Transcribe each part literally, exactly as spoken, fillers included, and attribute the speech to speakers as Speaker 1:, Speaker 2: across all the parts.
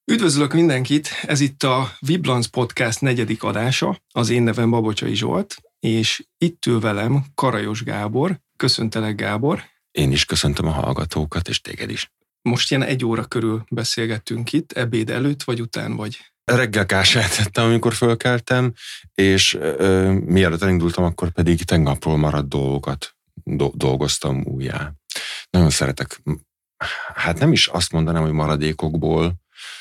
Speaker 1: Üdvözlök mindenkit, ez itt a Viblanc Podcast negyedik adása, az én nevem Babocsai Zsolt, és itt ül velem Karajos Gábor. Köszöntelek, Gábor.
Speaker 2: Én is köszöntöm a hallgatókat, és téged is.
Speaker 1: Most ilyen egy óra körül beszélgettünk itt, ebéd előtt vagy után vagy?
Speaker 2: Reggel kását tettem, amikor fölkeltem, és ö, mielőtt elindultam, akkor pedig tegnapról maradt dolgokat do- dolgoztam újjá. Nagyon szeretek, hát nem is azt mondanám, hogy maradékokból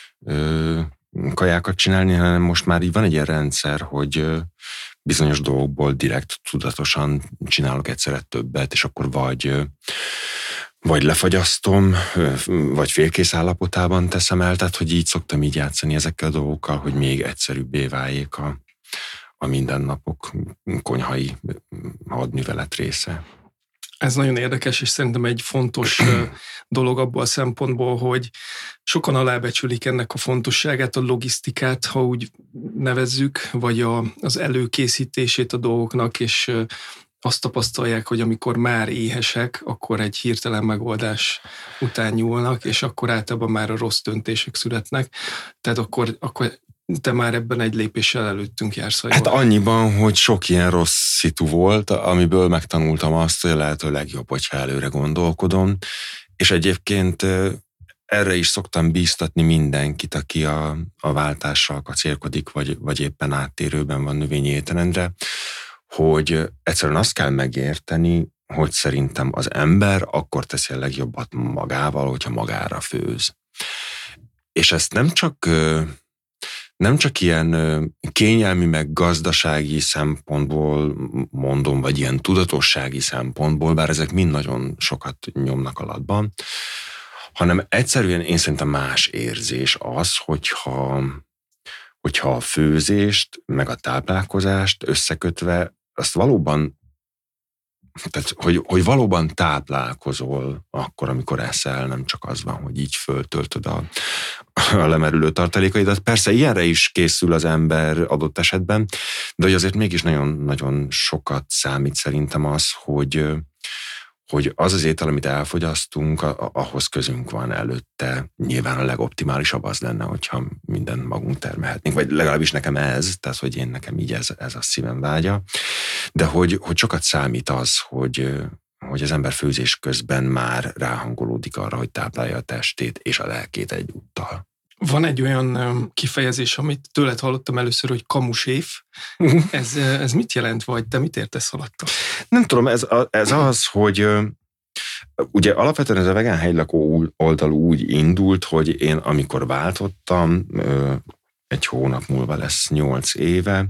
Speaker 2: ö, kajákat csinálni, hanem most már így van egy ilyen rendszer, hogy ö, bizonyos dolgokból direkt tudatosan csinálok egyszerre többet, és akkor vagy ö, vagy lefagyasztom, vagy félkész állapotában teszem el, tehát hogy így szoktam így játszani ezekkel a dolgokkal, hogy még egyszerűbbé váljék a, a mindennapok konyhai hadművelet része.
Speaker 1: Ez nagyon érdekes, és szerintem egy fontos dolog abból a szempontból, hogy sokan alábecsülik ennek a fontosságát, a logisztikát, ha úgy nevezzük, vagy a, az előkészítését a dolgoknak, és azt tapasztalják, hogy amikor már éhesek, akkor egy hirtelen megoldás után nyúlnak, és akkor általában már a rossz döntések születnek. Tehát akkor, akkor te már ebben egy lépéssel előttünk jársz.
Speaker 2: Hát annyiban, hogy sok ilyen rossz szitu volt, amiből megtanultam azt, hogy lehet, hogy legjobb, hogyha előre gondolkodom. És egyébként erre is szoktam bíztatni mindenkit, aki a, a váltással kacérkodik, vagy, vagy éppen áttérőben van növényi étrendre, hogy egyszerűen azt kell megérteni, hogy szerintem az ember akkor teszi a legjobbat magával, hogyha magára főz. És ezt nem csak, nem csak ilyen kényelmi, meg gazdasági szempontból mondom, vagy ilyen tudatossági szempontból, bár ezek mind nagyon sokat nyomnak alatban, hanem egyszerűen én szerintem más érzés az, hogyha, hogyha a főzést, meg a táplálkozást összekötve azt valóban, tehát hogy, hogy valóban táplálkozol akkor, amikor eszel, nem csak az van, hogy így föltöltöd a, a lemerülő tartalékaidat. Persze ilyenre is készül az ember adott esetben, de hogy azért mégis nagyon-nagyon sokat számít szerintem az, hogy, hogy az az étel, amit elfogyasztunk, ahhoz közünk van előtte. Nyilván a legoptimálisabb az lenne, hogyha mindent magunk termelhetnénk, vagy legalábbis nekem ez, tehát hogy én nekem így ez, ez a szívem vágya. De hogy, hogy sokat számít az, hogy, hogy az ember főzés közben már ráhangolódik arra, hogy táplálja a testét és a lelkét egyúttal.
Speaker 1: Van egy olyan kifejezés, amit tőled hallottam először, hogy kamuséf. Ez, ez mit jelent, vagy te mit értesz alatta?
Speaker 2: Nem tudom, ez, ez az, hogy ugye alapvetően ez a vegán helylakó oldal úgy indult, hogy én amikor váltottam, egy hónap múlva lesz nyolc éve,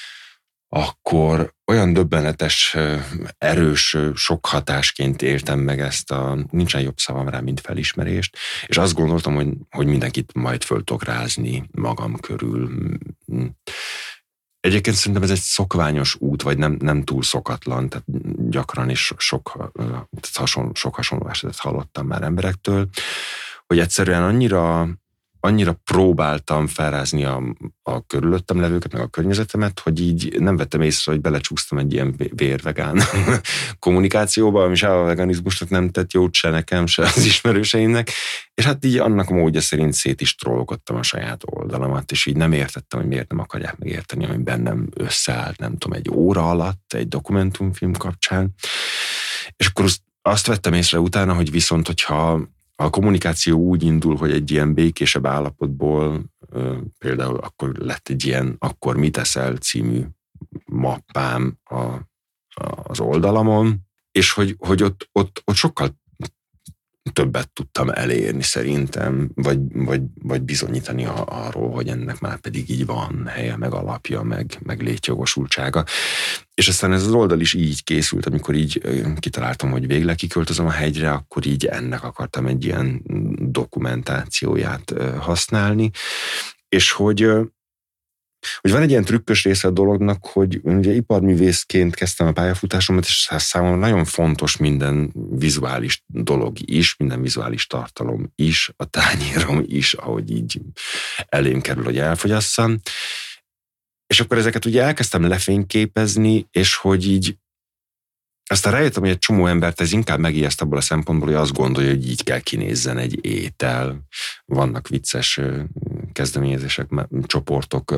Speaker 2: akkor olyan döbbenetes, erős sok hatásként éltem meg ezt a, nincsen jobb szavam rá, mint felismerést, és azt gondoltam, hogy, hogy mindenkit majd föl tudok rázni magam körül. Egyébként szerintem ez egy szokványos út, vagy nem, nem túl szokatlan, tehát gyakran is sok, tehát hasonló, sok hasonló esetet hallottam már emberektől, hogy egyszerűen annyira annyira próbáltam felrázni a, a körülöttem levőket, meg a környezetemet, hogy így nem vettem észre, hogy belecsúsztam egy ilyen vérvegán kommunikációba, ami se a veganizmusnak nem tett jót, se nekem, se az ismerőseimnek, és hát így annak a módja szerint szét is trollkodtam a saját oldalamat, és így nem értettem, hogy miért nem akarják megérteni, ami bennem összeállt, nem tudom, egy óra alatt, egy dokumentumfilm kapcsán. És akkor azt vettem észre utána, hogy viszont, hogyha a kommunikáció úgy indul, hogy egy ilyen békésebb állapotból, például akkor lett egy ilyen Akkor mit eszel című mappám a, a, az oldalamon, és hogy, hogy ott, ott, ott sokkal többet tudtam elérni szerintem, vagy, vagy, vagy bizonyítani arról, hogy ennek már pedig így van helye, meg alapja, meg, meg létjogosultsága. És aztán ez az oldal is így készült, amikor így kitaláltam, hogy végleg kiköltözöm a hegyre, akkor így ennek akartam egy ilyen dokumentációját használni, és hogy hogy van egy ilyen trükkös része a dolognak, hogy ugye iparművészként kezdtem a pályafutásomat, és számomra nagyon fontos minden vizuális dolog is, minden vizuális tartalom is, a tányérom is, ahogy így elém kerül, hogy elfogyasszam. És akkor ezeket ugye elkezdtem lefényképezni, és hogy így aztán rájöttem, hogy egy csomó embert ez inkább megijeszt abból a szempontból, hogy azt gondolja, hogy így kell kinézzen egy étel. Vannak vicces kezdeményezések, csoportok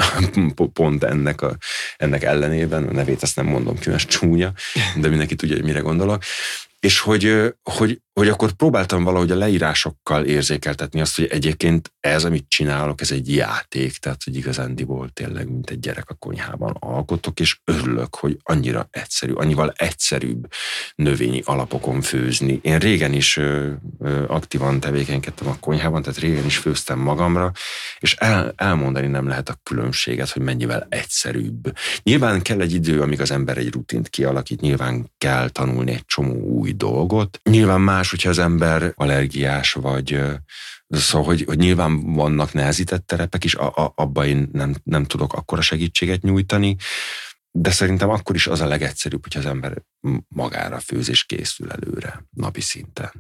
Speaker 2: pont ennek, a, ennek ellenében, a nevét azt nem mondom ki, mert csúnya, de mindenki tudja, hogy mire gondolok. És hogy, hogy, hogy akkor próbáltam valahogy a leírásokkal érzékeltetni azt, hogy egyébként ez, amit csinálok, ez egy játék, tehát hogy igazándiból tényleg, mint egy gyerek a konyhában alkotok, és örülök, hogy annyira egyszerű, annyival egyszerűbb növényi alapokon főzni. Én régen is ö, ö, aktívan tevékenykedtem a konyhában, tehát régen is főztem magamra, és el, elmondani nem lehet a különbséget, hogy mennyivel egyszerűbb. Nyilván kell egy idő, amíg az ember egy rutint kialakít, nyilván kell tanulni egy csomó új dolgot. Nyilván más, hogyha az ember allergiás vagy, szóval, hogy, hogy nyilván vannak nehezített terepek is, a, a, abban én nem, nem tudok akkora segítséget nyújtani, de szerintem akkor is az a legegyszerűbb, hogyha az ember magára főz és készül előre napi szinten.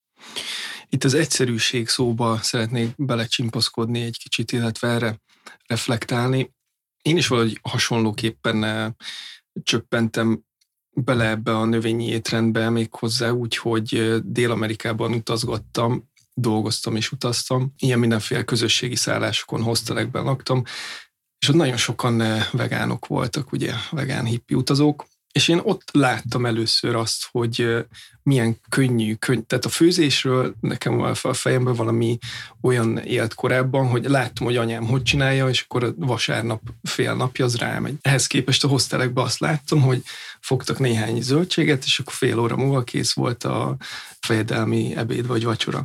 Speaker 1: Itt az egyszerűség szóba szeretnék belecsimpaszkodni egy kicsit, illetve erre reflektálni. Én is valahogy hasonlóképpen csöppentem bele ebbe a növényi étrendbe, még hozzá úgy, hogy Dél-Amerikában utazgattam, dolgoztam és utaztam. Ilyen mindenféle közösségi szállásokon, hostelekben laktam, és ott nagyon sokan vegánok voltak, ugye, vegán hippi utazók, és én ott láttam először azt, hogy milyen könnyű, könny, tehát a főzésről nekem a fejemben valami olyan élt korábban, hogy láttam, hogy anyám hogy csinálja, és akkor vasárnap fél napja az rámegy. Ehhez képest a hostelekben azt láttam, hogy fogtak néhány zöldséget, és akkor fél óra múlva kész volt a fejedelmi ebéd vagy vacsora.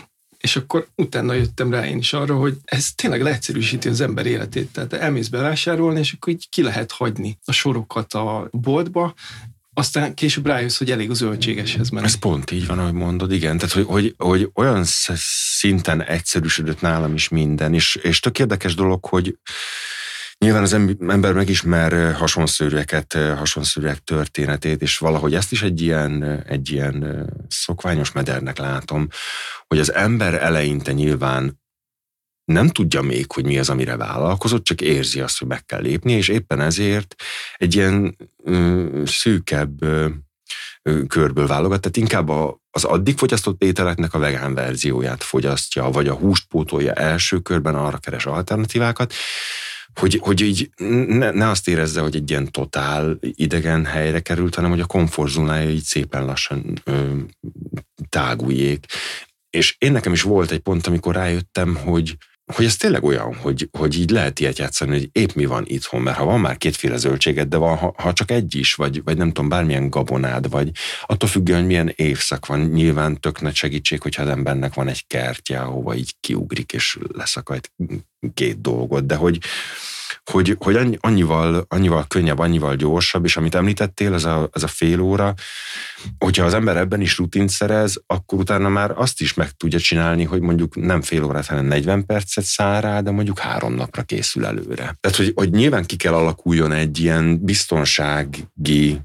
Speaker 1: És akkor utána jöttem rá én is arra, hogy ez tényleg leegyszerűsíti az ember életét. Tehát elmész bevásárolni, és akkor így ki lehet hagyni a sorokat a boltba, aztán később rájössz, hogy elég a zöldségeshez menni. Ez
Speaker 2: pont így van, ahogy mondod, igen. Tehát, hogy, hogy, hogy olyan szinten egyszerűsödött nálam is minden, és, és tök érdekes dolog, hogy nyilván az ember megismer hasonszörűeket, hasonszörűek történetét, és valahogy ezt is egy ilyen, egy ilyen szokványos medernek látom, hogy az ember eleinte nyilván nem tudja még, hogy mi az, amire vállalkozott, csak érzi azt, hogy meg kell lépni, és éppen ezért egy ilyen ö, szűkebb ö, ö, körből válogat, tehát inkább a, az addig fogyasztott ételeknek a vegán verzióját fogyasztja, vagy a húst pótolja első körben, arra keres alternatívákat, Hogy, hogy így ne, ne azt érezze, hogy egy ilyen totál idegen helyre került, hanem hogy a komfortzónája így szépen lassan ö, táguljék. És én nekem is volt egy pont, amikor rájöttem, hogy, hogy ez tényleg olyan, hogy, hogy így lehet ilyet játszani, hogy épp mi van itthon, mert ha van már kétféle zöldséged, de van, ha, ha csak egy is, vagy, vagy nem tudom, bármilyen gabonád, vagy attól függően, hogy milyen évszak van, nyilván tök nagy segítség, hogyha az embernek van egy kertje, ahova így kiugrik, és leszakad két dolgot, de hogy hogy, hogy annyival, annyival könnyebb, annyival gyorsabb, és amit említettél, ez a, ez a fél óra, hogyha az ember ebben is rutint szerez, akkor utána már azt is meg tudja csinálni, hogy mondjuk nem fél órát, hanem negyven percet száll rá, de mondjuk három napra készül előre. Tehát, hogy, hogy nyilván ki kell alakuljon egy ilyen biztonsági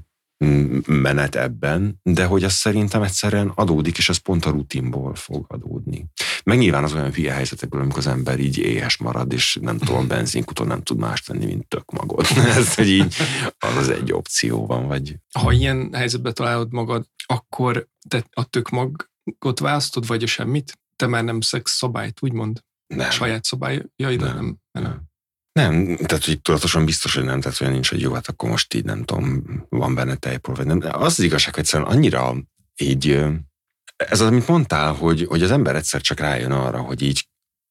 Speaker 2: menet ebben, de hogy az szerintem egyszerűen adódik, és az pont a rutinból fog adódni. Meg nyilván az olyan hülye helyzetekből, amikor az ember így éhes marad, és nem tudom, benzinkuton nem tud más tenni, mint tök magad. Ez, hogy így az egy opció van, vagy...
Speaker 1: Ha ilyen helyzetbe találod magad, akkor te a tök magot választod, vagy a semmit? Te már nem szegsz szabályt, úgymond?
Speaker 2: Nem.
Speaker 1: Saját szabályaid, nem. nem. nem.
Speaker 2: Nem, tehát hogy tudatosan biztos, hogy nem, tehát olyan nincs, hogy jó, hát akkor most így nem tudom, van benne tejpor, vagy nem. De az az igazság, hogy egyszerűen annyira így, ez az, amit mondtál, hogy, hogy az ember egyszer csak rájön arra, hogy így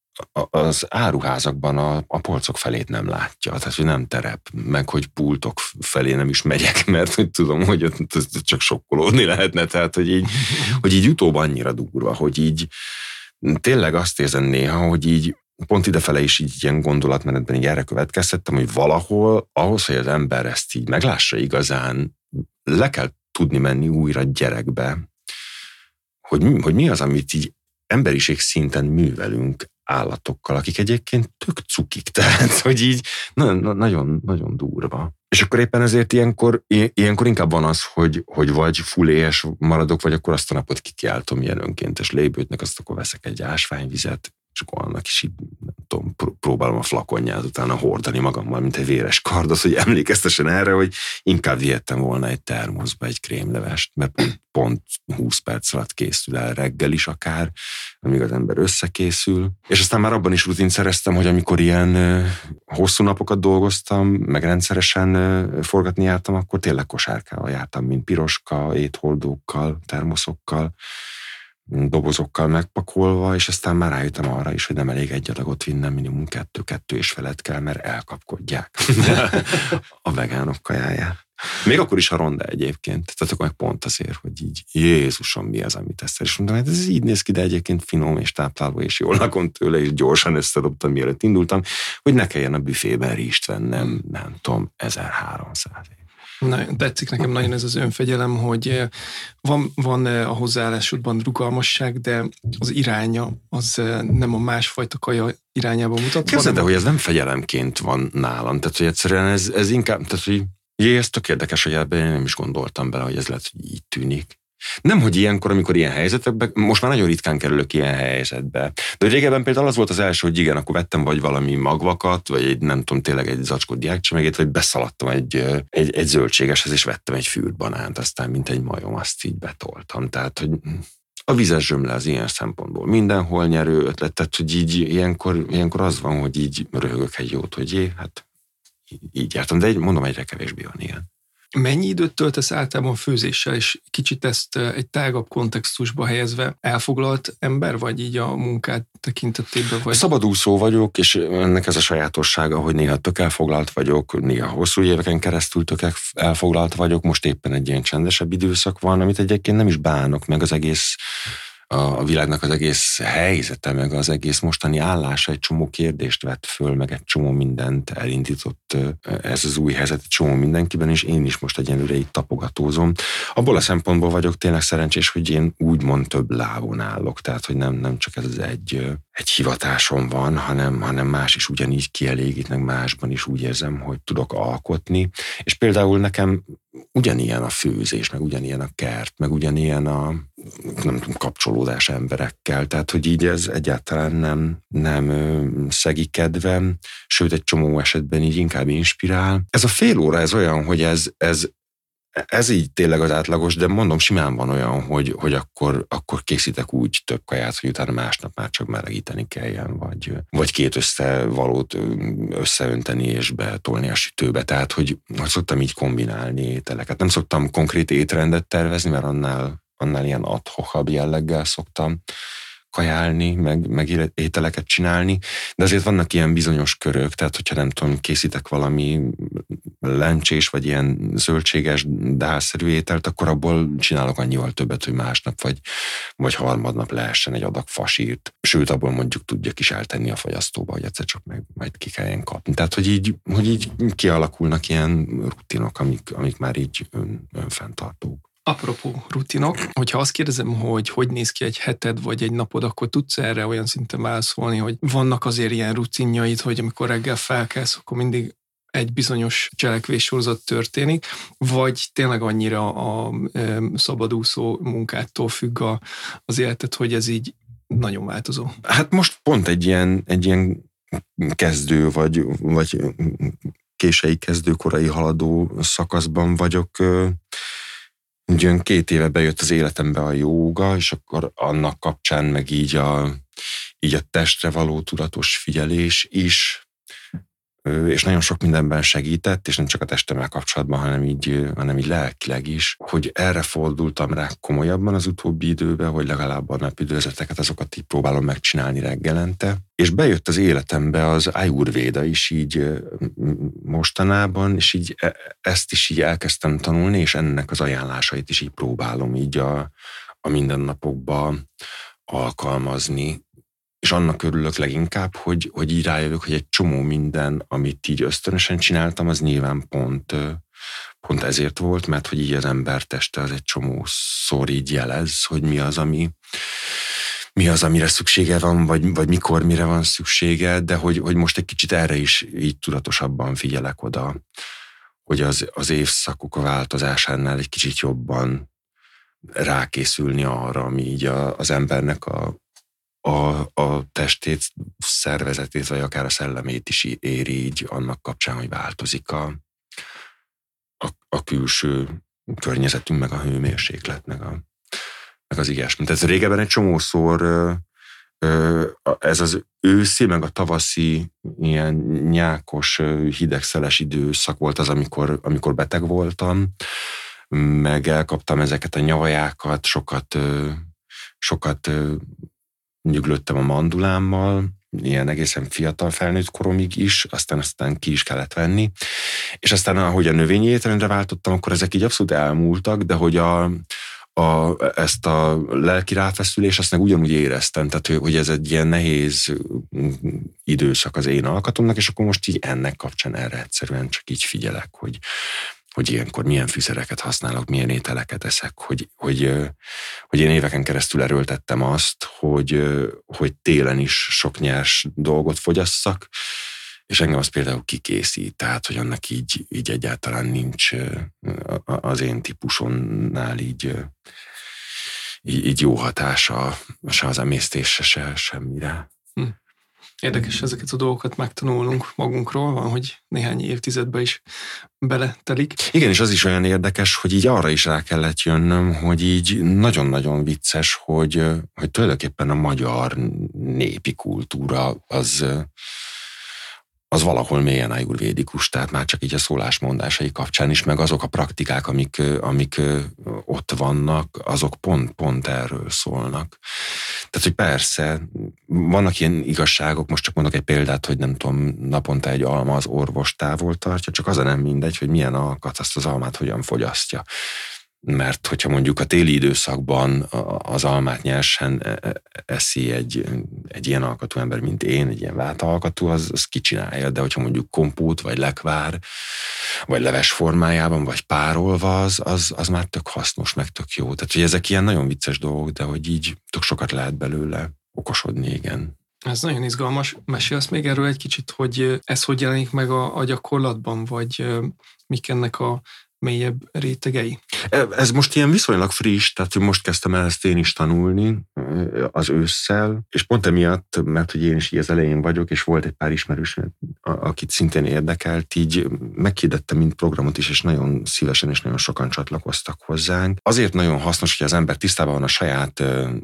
Speaker 2: az áruházakban a, a polcok felét nem látja, tehát hogy nem terep, meg hogy pultok felé nem is megyek, mert hogy tudom, hogy ott csak sokkolódni lehetne, tehát hogy így, hogy így utóbb annyira durva, hogy így tényleg azt érzem néha, hogy így pont idefele is így ilyen gondolatmenetben így erre következtettem, hogy valahol ahhoz, hogy az ember ezt így meglássa igazán, le kell tudni menni újra gyerekbe, hogy, hogy mi az, amit így emberiség szinten művelünk állatokkal, akik egyébként tök cukik, tehát, hogy így nagyon, nagyon durva. És akkor éppen ezért ilyenkor, ilyenkor inkább van az, hogy, hogy vagy full éhes maradok, vagy akkor azt a napot kikiáltom ilyen önkéntes lébőtnek, azt akkor veszek egy ásványvizet, és akkor annak is így, nem tudom, próbálom a flakonját utána hordani magammal, mint egy véres kardos, hogy emlékeztessen erre, hogy inkább vihettem volna egy termoszba egy krémlevest, mert pont, pont húsz perc alatt készül el, reggel is akár, amíg az ember összekészül. És aztán már abban is rutint szereztem, hogy amikor ilyen uh, hosszú napokat dolgoztam, meg rendszeresen uh, forgatni jártam, akkor tényleg kosárkával jártam, mint piroska, éthordókkal, termoszokkal, dobozokkal megpakolva, és aztán már rájöttem arra is, hogy nem elég egy adagot vinnem, minimum kettő-kettő és felett kell, mert elkapkodják a vegánok kajáját. Még akkor is a ronda egyébként. Tehát akkor meg pont azért, hogy így Jézusom, mi az, amit ezt és mondtam, hát ez így néz ki, de egyébként finom és tápláló, és jól lakom tőle, és gyorsan összedobtam, mielőtt indultam, hogy ne kelljen a büfében rizst vennem, nem tudom, ezerháromszáz.
Speaker 1: Na, tetszik nekem nagyon ez az önfegyelem, hogy van, van a hozzáállásodban rugalmasság, de az iránya az nem a másfajta kaja irányába mutat.
Speaker 2: Képzeld, de hogy ez nem fegyelemként van nálam, tehát hogy egyszerűen ez, ez inkább, tehát hogy jé, ez tök érdekes, hogy ebben én nem is gondoltam bele, hogy ez lehet, hogy így tűnik. Nem, hogy ilyenkor, amikor ilyen helyzetekben, most már nagyon ritkán kerülök ilyen helyzetbe. De régebben például az volt az első, hogy igen, akkor vettem vagy valami magvakat, vagy egy, nem tudom, tényleg egy zacskó diákcsemegét, vagy beszaladtam egy, egy, egy zöldségeshez, és vettem egy fürtbanánt, aztán mint egy majom, azt így betoltam. Tehát, hogy a vizes zsömle az ilyen szempontból mindenhol nyerő ötlet, tehát, hogy így ilyenkor, ilyenkor az van, hogy így röhögök egy jót, hogy jé, hát így jártam, de egy, mondom, egyre kevésbé van ilyen.
Speaker 1: Mennyi időt töltesz általában főzéssel, és kicsit ezt egy tágabb kontextusba helyezve elfoglalt ember, vagy így a munkát tekintetében? Vagy?
Speaker 2: Szabadúszó vagyok, és ennek ez a sajátossága, hogy néha tök elfoglalt vagyok, néha hosszú éveken keresztül tök elfoglalt vagyok, most éppen egy ilyen csendesebb időszak van, amit egyébként nem is bánok, meg az egész a világnak az egész helyzete, meg az egész mostani állása egy csomó kérdést vett föl, meg egy csomó mindent elindított ez az új helyzet, egy csomó mindenkiben, és én is most egyenlőre itt tapogatózom. Abból a szempontból vagyok tényleg szerencsés, hogy én úgymond több lábon állok, tehát hogy nem, nem csak ez az egy, egy hivatásom van, hanem, hanem más is ugyanígy kielégít, meg másban is úgy érzem, hogy tudok alkotni. És például nekem ugyanilyen a főzés, meg ugyanilyen a kert, meg ugyanilyen a nem tudom, kapcsolódás emberekkel, tehát hogy így ez egyáltalán nem, nem szegi kedvem, sőt egy csomó esetben így inkább inspirál. Ez a fél óra, ez olyan, hogy ez, ez Ez így tényleg az átlagos, de mondom, simán van olyan, hogy, hogy akkor, akkor készítek úgy több kaját, hogy utána másnap már csak melegíteni kelljen, vagy, vagy két összevalót összeönteni és betolni a sütőbe. Tehát, hogy, hogy szoktam így kombinálni ételeket. Nem szoktam konkrét étrendet tervezni, mert annál, annál ilyen ad-hocabb jelleggel szoktam kajálni, meg, meg ételeket csinálni, de azért vannak ilyen bizonyos körök, tehát hogyha nem tudom, készítek valami lencsés, vagy ilyen zöldséges, dálszerű ételt, akkor abból csinálok annyival többet, hogy másnap, vagy, vagy harmadnap lehessen egy adag fasírt. Sőt, abból mondjuk tudjak is eltenni a fagyasztóba, hogy egyszer csak meg majd ki kelljen kapni. Tehát, hogy így, hogy így kialakulnak ilyen rutinok, amik, amik már így ön, önfenntartók.
Speaker 1: Apropó rutinok, hogyha azt kérdezem, hogy hogy néz ki egy heted vagy egy napod, akkor tudsz erre olyan szinten válaszolni, hogy vannak azért ilyen rutinjaid, hogy amikor reggel felkelsz, akkor mindig egy bizonyos cselekvéssorozat történik, vagy tényleg annyira a e, szabadúszó munkától függ a, az életed, hogy ez így nagyon változó? Hát
Speaker 2: most pont egy ilyen, egy ilyen kezdő, vagy, vagy késői kezdő, korai haladó szakaszban vagyok. Ugyan két éve bejött az életembe a jóga, és akkor annak kapcsán meg így a, így a testre való tudatos figyelés is, és nagyon sok mindenben segített, és nem csak a testemmel kapcsolatban, hanem így, hanem így lelkileg is, hogy erre fordultam rá komolyabban az utóbbi időben, hogy legalább a napidőzeteket azokat így próbálom megcsinálni reggelente. És bejött az életembe az Ayurvéda is így mostanában, és így ezt is így elkezdtem tanulni, és ennek az ajánlásait is így próbálom így a, a mindennapokban alkalmazni. És annak örülök leginkább, hogy, hogy így rájövök, hogy egy csomó minden, amit így ösztönösen csináltam, az nyilván pont, pont ezért volt, mert hogy így az ember teste az egy csomószor így jelez, hogy mi az, ami, mi az, amire szüksége van, vagy, vagy mikor, mire van szüksége, de hogy, hogy most egy kicsit erre is így tudatosabban figyelek oda, hogy az, az évszakok a változásánál egy kicsit jobban rákészülni arra, ami így a, az embernek a a, a testét, szervezetét, vagy akár a szellemét is éri így annak kapcsán, hogy változik a, a, a külső környezetünk, meg a hőmérséklet, meg, a, meg az ilyesmi. Tehát régebben egy csomószor ez az őszi, meg a tavaszi ilyen nyákos, hidegszeles időszak volt az, amikor, amikor beteg voltam, meg elkaptam ezeket a nyavajákat, sokat, sokat nyüglődtem a mandulámmal, ilyen egészen fiatal felnőtt koromig is, aztán aztán ki is kellett venni. És aztán, ahogy a növényi étrendre váltottam, akkor ezek így abszolút elmúltak, de hogy a, a, ezt a lelki ráfeszülés, azt meg ugyanúgy éreztem, tehát hogy ez egy ilyen nehéz időszak az én alkatomnak, és akkor most így ennek kapcsán erre egyszerűen csak így figyelek, hogy hogy ilyenkor milyen fűszereket használok, milyen ételeket eszek, hogy, hogy, hogy én éveken keresztül erőltettem azt, hogy, hogy télen is sok nyers dolgot fogyasszak, és engem az például kikészít, tehát, hogy annak így, így egyáltalán nincs az én típusonnál így, így, így jó hatása, se az emésztésre, se semmire. Hm.
Speaker 1: Érdekes ezeket a dolgokat megtanulnunk magunkról, van, hogy néhány évtizedbe is beletelik.
Speaker 2: Igen, és az is olyan érdekes, hogy így arra is rá kellett jönnöm, hogy így nagyon-nagyon vicces, hogy, hogy tulajdonképpen a magyar népi kultúra az, az valahol mélyen ajurvédikus, tehát már csak így a szólásmondásai kapcsán is, meg azok a praktikák, amik, amik ott vannak, azok pont, pont erről szólnak. Tehát, hogy persze, vannak ilyen igazságok, most csak mondok egy példát, hogy nem tudom, naponta egy alma az orvos távol tartja, csak az a nem mindegy, hogy milyen alkat, azt az almát hogyan fogyasztja. Mert hogyha mondjuk a téli időszakban az almát nyersen eszi egy, egy ilyen alkatú ember, mint én, egy ilyen váta alkatú, az, az kicsinálja, de hogyha mondjuk kompót, vagy lekvár, vagy leves formájában, vagy párolva, az, az, az már tök hasznos, meg tök jó. Tehát, hogy ezek ilyen nagyon vicces dolgok, de hogy így tök sokat lehet belőle okosodni, igen.
Speaker 1: Ez nagyon izgalmas. Mesélsz még erről egy kicsit, hogy ez hogy jelenik meg a, a gyakorlatban, vagy mik ennek a mélyebb rétegei?
Speaker 2: Ez most ilyen viszonylag friss, tehát hogy most kezdtem el ezt én is tanulni az ősszel, és pont emiatt, mert hogy én is így az elején vagyok, és volt egy pár ismerős, akit szintén érdekelt, így meghirdettem mind programot is, és nagyon szívesen és nagyon sokan csatlakoztak hozzánk. Azért nagyon hasznos, hogy az ember tisztában van a saját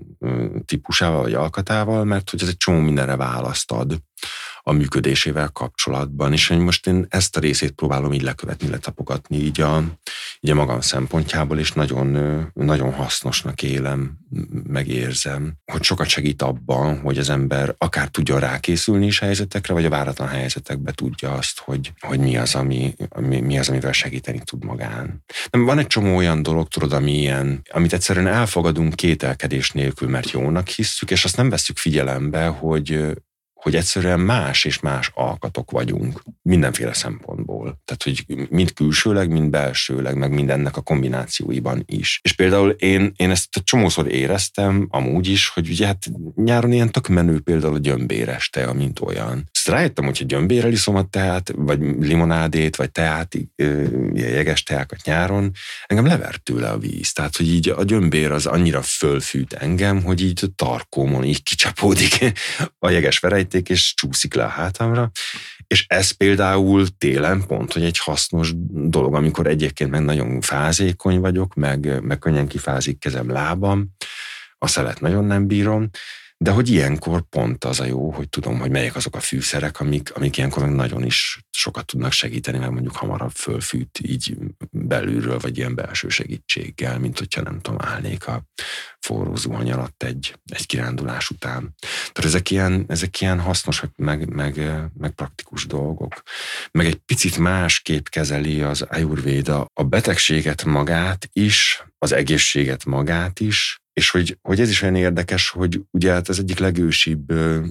Speaker 2: típusával vagy alkatával, mert hogy ez egy csomó mindenre választ ad a működésével kapcsolatban, és hogy most én ezt a részét próbálom így lekövetni, letapogatni így a, így a magam szempontjából, és nagyon, nagyon hasznosnak élem, megérzem, hogy sokat segít abban, hogy az ember akár tudja rákészülni is helyzetekre, vagy a váratlan helyzetekbe tudja azt, hogy, hogy mi az, ami, mi, mi az, amivel segíteni tud magán. Nem, van egy csomó olyan dolog, tudod, ami ilyen, amit egyszerűen elfogadunk kételkedés nélkül, mert jónak hisszük, és azt nem vesszük figyelembe, hogy hogy egyszerűen más és más alkatok vagyunk mindenféle szempontból. Tehát, hogy mind külsőleg, mind belsőleg, meg mindennek a kombinációiban is. És például én, én ezt csomószor éreztem, amúgy is, hogy ugye hát nyáron ilyen tök menő például a gyömbéres tea, mint olyan. Ezt rájöttem, hogyha gyömbérrel iszom a teát, vagy limonádét, vagy teát, ilyen jeges teákat nyáron, engem levert tőle a víz. Tehát, hogy így a gyömbér az annyira fölfűt engem, hogy így a tarkómon így kicsapódik a jeges verejték, és csúszik le a hátamra. És ez például télen pont, hogy egy hasznos dolog, amikor egyébként meg nagyon fázékony vagyok, meg, meg könnyen kifázik kezem, lábam, a szelet nagyon nem bírom, de hogy ilyenkor pont az a jó, hogy tudom, hogy melyek azok a fűszerek, amik, amik ilyenkor meg nagyon is sokat tudnak segíteni, mert mondjuk hamarabb fölfűt így belülről, vagy ilyen belső segítséggel, mint hogyha nem tudom, állnék a forró zuhany alatt egy, egy kirándulás után. Tehát ezek ilyen, ezek ilyen hasznosak, meg, meg, meg praktikus dolgok. Meg egy picit másképp kezeli az Ayurvéda a betegséget magát is, az egészséget magát is, és hogy, hogy ez is olyan érdekes, hogy ugye hát az egyik legősibb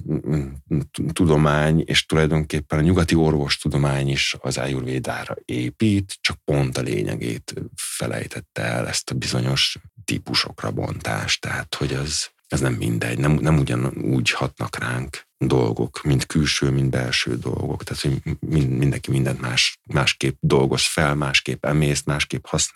Speaker 2: tudomány, és tulajdonképpen a nyugati orvostudomány is az Ayurvédára épít, csak pont a lényegét felejtette el, ezt a bizonyos típusokra bontást, tehát hogy az, ez nem mindegy, nem, nem ugyanúgy hatnak ránk dolgok, mint külső, mint belső dolgok, tehát hogy mindenki mindent más, másképp dolgoz fel, másképp emészt, másképp használ,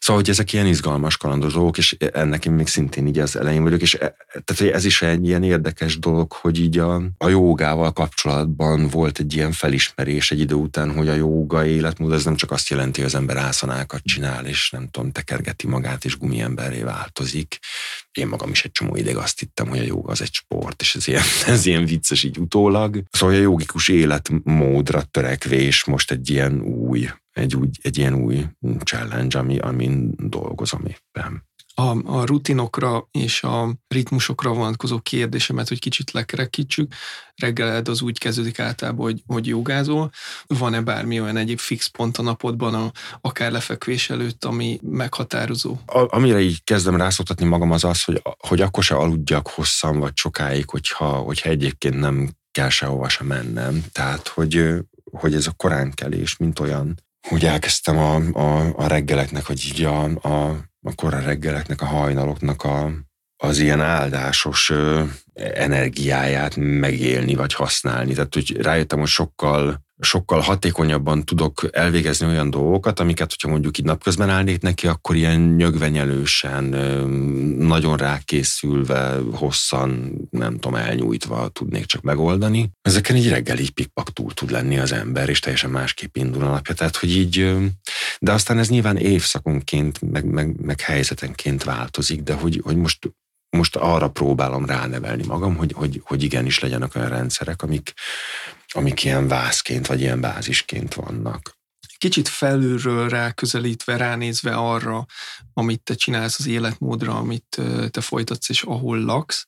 Speaker 2: Szóval, hogy ezek ilyen izgalmas, kalandos dolgok, és ennek én még szintén így az elején vagyok, és e, tehát ez is egy ilyen érdekes dolog, hogy így a, a jógával kapcsolatban volt egy ilyen felismerés egy idő után, hogy a jóga életmód, ez nem csak azt jelenti, hogy az ember ászanákat csinál, és nem tudom, tekergeti magát, és gumiemberré változik. Én magam is egy csomó ideig azt hittem, hogy a jóga az egy sport, és ez ilyen, ez ilyen vicces így utólag. Szóval a jogikus életmódra törekvés most egy ilyen új, egy, úgy, egy ilyen új challenge, ami, amin dolgozom éppen.
Speaker 1: A, a rutinokra és a ritmusokra vonatkozó kérdésemet, hogy kicsit lekerekítsük. Reggeled az úgy kezdődik általában, hogy, hogy jogázol. Van-e bármi olyan egyéb fix pont a napodban, a, akár lefekvés előtt, ami meghatározó?
Speaker 2: A, amire így kezdem rászoktatni magam az az, hogy, hogy akkor se aludjak hosszan vagy sokáig, hogyha, hogyha egyébként nem kell sehova sem mennem. Tehát, hogy, hogy ez a koránkelés, mint olyan, hogy elkezdtem a, a, a reggeleknek, vagy így a, a a korra reggeleknek, a hajnaloknak a, az ilyen áldásos ö, energiáját megélni, vagy használni. Tehát, hogy rájöttem, hogy sokkal, sokkal hatékonyabban tudok elvégezni olyan dolgokat, amiket, hogyha mondjuk így napközben állnék neki, akkor ilyen nyögvenyelősen, ö, nagyon rákészülve, hosszan, nem tudom, elnyújtva tudnék csak megoldani. Ezeken így reggel így pikpak túl tud lenni az ember, és teljesen másképp indul a napja. Tehát, hogy így, ö, de aztán ez nyilván évszakonként, meg, meg, meg helyzetenként változik, de hogy, hogy most Most arra próbálom ránevelni magam, hogy, hogy, hogy igenis legyenek olyan rendszerek, amik, amik ilyen vászként, vagy ilyen bázisként vannak.
Speaker 1: Kicsit felülről ráközelítve, ránézve arra, amit te csinálsz, az életmódra, amit te folytatsz, és ahol laksz.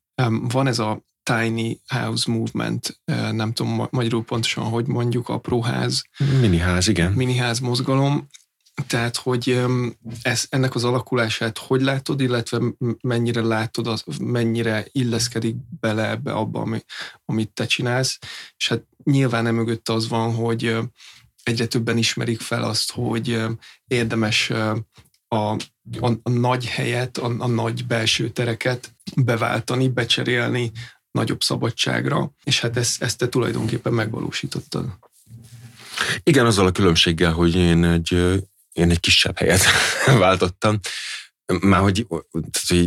Speaker 1: Van ez a tiny house movement, nem tudom magyarul pontosan, hogy mondjuk, apróház.
Speaker 2: Miniház, igen.
Speaker 1: Miniház mozgalom. Tehát, hogy ez, ennek az alakulását hogy látod, illetve mennyire látod, az, mennyire illeszkedik bele ebbe abba, ami, amit te csinálsz, és hát nyilván emögött az van, hogy egyre többen ismerik fel azt, hogy érdemes a, a, a nagy helyet, a, a nagy belső tereket beváltani, becserélni nagyobb szabadságra, és hát ezt, ezt te tulajdonképpen megvalósítottad.
Speaker 2: Igen, azzal a különbséggel, hogy én egy Én egy kisebb helyet váltottam. Már hogy, hogy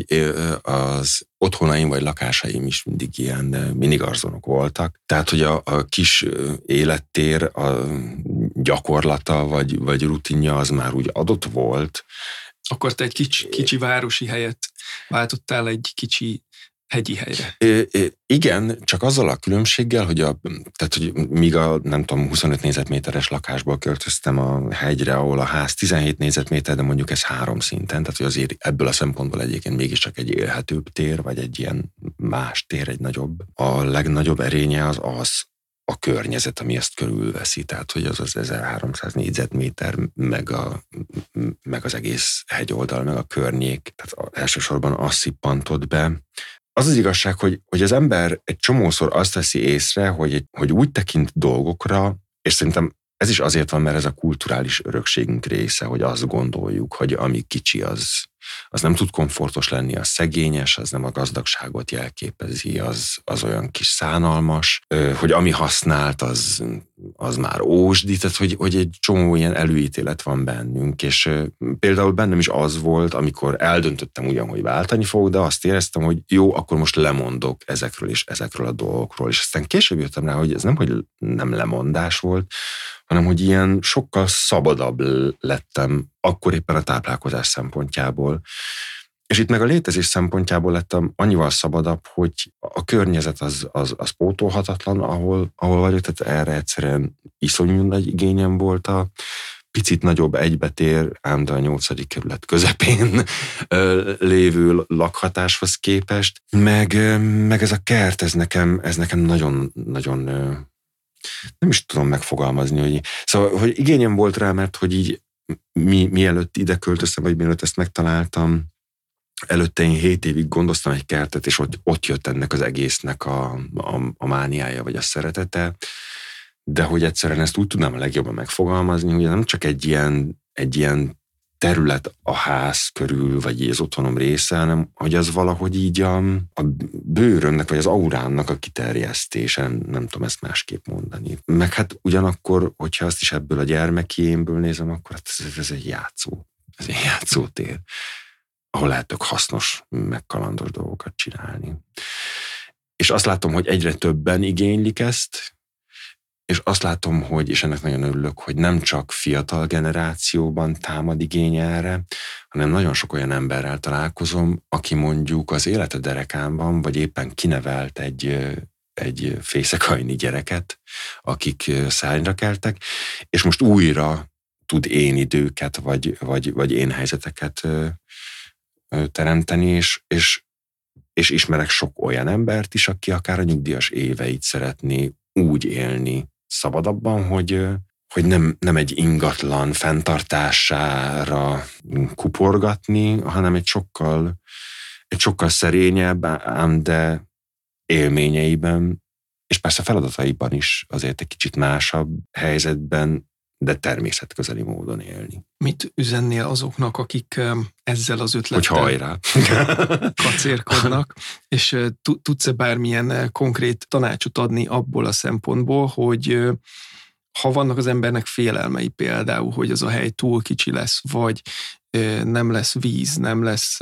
Speaker 2: az otthonaim vagy lakásaim is mindig ilyen minigarzonok voltak. Tehát, hogy a, a kis élettér, a gyakorlata vagy, vagy rutinja az már úgy adott volt.
Speaker 1: Akkor te egy kicsi, kicsi városi helyet váltottál egy kicsi hegyi helyre.
Speaker 2: É, é, igen, csak azzal a különbséggel, hogy, a, tehát, hogy míg a, nem tudom, huszonöt négyzetméteres lakásból költöztem a hegyre, ahol a ház tizenhét négyzetméter, de mondjuk ez három szinten, tehát hogy azért ebből a szempontból egyébként mégiscsak egy élhetőbb tér, vagy egy ilyen más tér, egy nagyobb. A legnagyobb erénye az az, a környezet, ami ezt körülveszi, tehát hogy az az ezerháromszáz négyzetméter, meg, a, meg az egész hegyoldal, meg a környék, tehát elsősorban azt szippantott be. Az az igazság, hogy, hogy az ember egy csomószor azt veszi észre, hogy, hogy úgy tekint dolgokra, és szerintem ez is azért van, mert ez a kulturális örökségünk része, hogy azt gondoljuk, hogy ami kicsi, az, az nem tud komfortos lenni, az szegényes, az nem a gazdagságot jelképezi, az, az olyan kis szánalmas, hogy ami használt, az, az már ósdi, tehát hogy, hogy egy csomó ilyen előítélet van bennünk, és például bennem is az volt, amikor eldöntöttem ugyan, hogy váltani fogok, de azt éreztem, hogy jó, akkor most lemondok ezekről és ezekről a dolgokról, és aztán később jöttem rá, hogy ez nem, hogy nem lemondás volt, hanem hogy ilyen sokkal szabadabb lettem akkor éppen a táplálkozás szempontjából. És itt meg a létezés szempontjából lettem annyival szabadabb, hogy a környezet az, az, az pótolhatatlan, ahol, ahol vagyok, tehát erre egyszerűen iszonyú nagy igényem volt a picit nagyobb egybetér, ám de a nyolcadik kerület közepén lévő lakhatáshoz képest, meg, meg ez a kert, ez nekem, ez nekem nagyon, nagyon nem is tudom megfogalmazni, hogy szóval, hogy igényem volt rá, mert hogy így mi, mielőtt ide költöztem, vagy mielőtt ezt megtaláltam, előtte én hét évig gondoztam egy kertet, és ott, ott jött ennek az egésznek a, a, a mániája, vagy a szeretete, de hogy egyszerűen ezt úgy tudnám a legjobban megfogalmazni, hogy nem csak egy ilyen, egy ilyen terület a ház körül, vagy az otthonom része, hanem hogy az valahogy így a, a bőrömnek, vagy az aurámnak a kiterjesztése, nem tudom ezt másképp mondani. Meg hát ugyanakkor, hogyha azt is ebből a gyermekiémből nézem, akkor ez, ez egy játszó ez egy játszótér, ahol lehet tök hasznos, meg kalandos dolgokat csinálni. És azt látom, hogy egyre többen igénylik ezt, és azt látom, hogy, és ennek nagyon örülök, hogy nem csak fiatal generációban támad igény erre, hanem nagyon sok olyan emberrel találkozom, aki mondjuk az élete derekán van, vagy éppen kinevelt egy, egy fészekajni gyereket, akik szárnyra keltek, és most újra tud én időket, vagy, vagy, vagy én helyzeteket teremteni, és, és, és ismerek sok olyan embert is, aki akár a nyugdíjas éveit szeretné úgy élni szabadabban, hogy, hogy nem, nem egy ingatlan fenntartására kuporgatni, hanem egy sokkal, egy sokkal szerényebb, ám de élményeiben, és persze feladataiban is azért egy kicsit másabb helyzetben, de természetközeli módon élni.
Speaker 1: Mit üzennél azoknak, akik ezzel az ötlettel
Speaker 2: hogy hajrá
Speaker 1: kacérkodnak, és tudsz-e bármilyen konkrét tanácsot adni abból a szempontból, hogy ha vannak az embernek félelmei például, hogy az a hely túl kicsi lesz, vagy nem lesz víz, nem lesz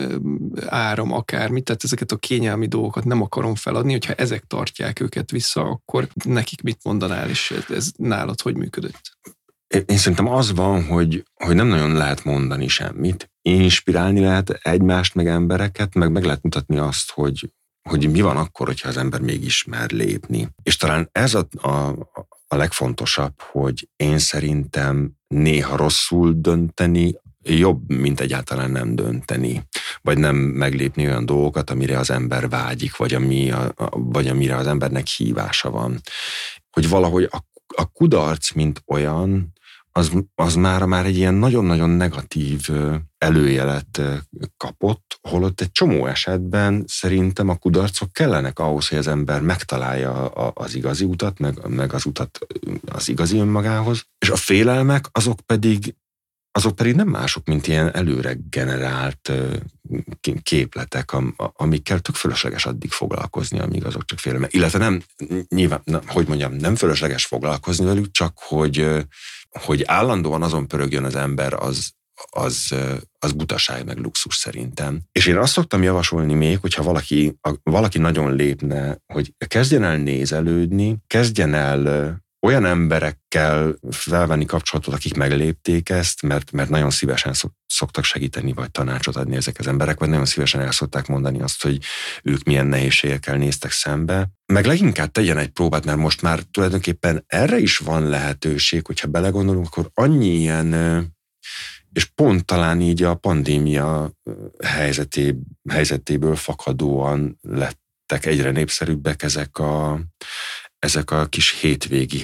Speaker 1: áram, akármi, tehát ezeket a kényelmi dolgokat nem akarom feladni, hogyha ezek tartják őket vissza, akkor nekik mit mondanál, és ez nálad hogy működött?
Speaker 2: Én szerintem az van, hogy, hogy nem nagyon lehet mondani semmit. Inspirálni lehet egymást, meg embereket, meg meg lehet mutatni azt, hogy, hogy mi van akkor, hogyha az ember mégis mer lépni. És talán ez a, a, a legfontosabb, hogy én szerintem néha rosszul dönteni jobb, mint egyáltalán nem dönteni, vagy nem meglépni olyan dolgokat, amire az ember vágyik, vagy, ami a, vagy amire az embernek hívása van. Hogy valahogy a, a kudarc, mint olyan, az, az már, már egy ilyen nagyon-nagyon negatív előjelet kapott, holott egy csomó esetben szerintem a kudarcok kellenek ahhoz, hogy az ember megtalálja az igazi utat, meg, meg az utat az igazi önmagához, és a félelmek azok pedig azok pedig nem mások, mint ilyen előre generált képletek, amikkel tök fölösleges addig foglalkozni, amíg azok csak félelmek. Illetve nem, nyilván, nem, hogy mondjam, nem fölösleges foglalkozni velük, csak hogy, hogy állandóan azon pörögjön az ember, az, az, az butaság meg luxus szerintem. És én azt szoktam javasolni még, hogyha valaki, valaki nagyon lépne, hogy kezdjen el nézelődni, kezdjen el olyan emberekkel felvenni kapcsolatot, akik meglépték ezt, mert, mert nagyon szívesen szoktak segíteni, vagy tanácsot adni ezek az emberek, vagy nagyon szívesen el szokták mondani azt, hogy ők milyen nehézségekkel néztek szembe. Meg leginkább tegyen egy próbát, mert most már tulajdonképpen erre is van lehetőség, hogyha belegondolunk, akkor annyi ilyen, és pont talán így a pandémia helyzeté, helyzetéből fakadóan lettek egyre népszerűbbek ezek a ezek a kis hétvégi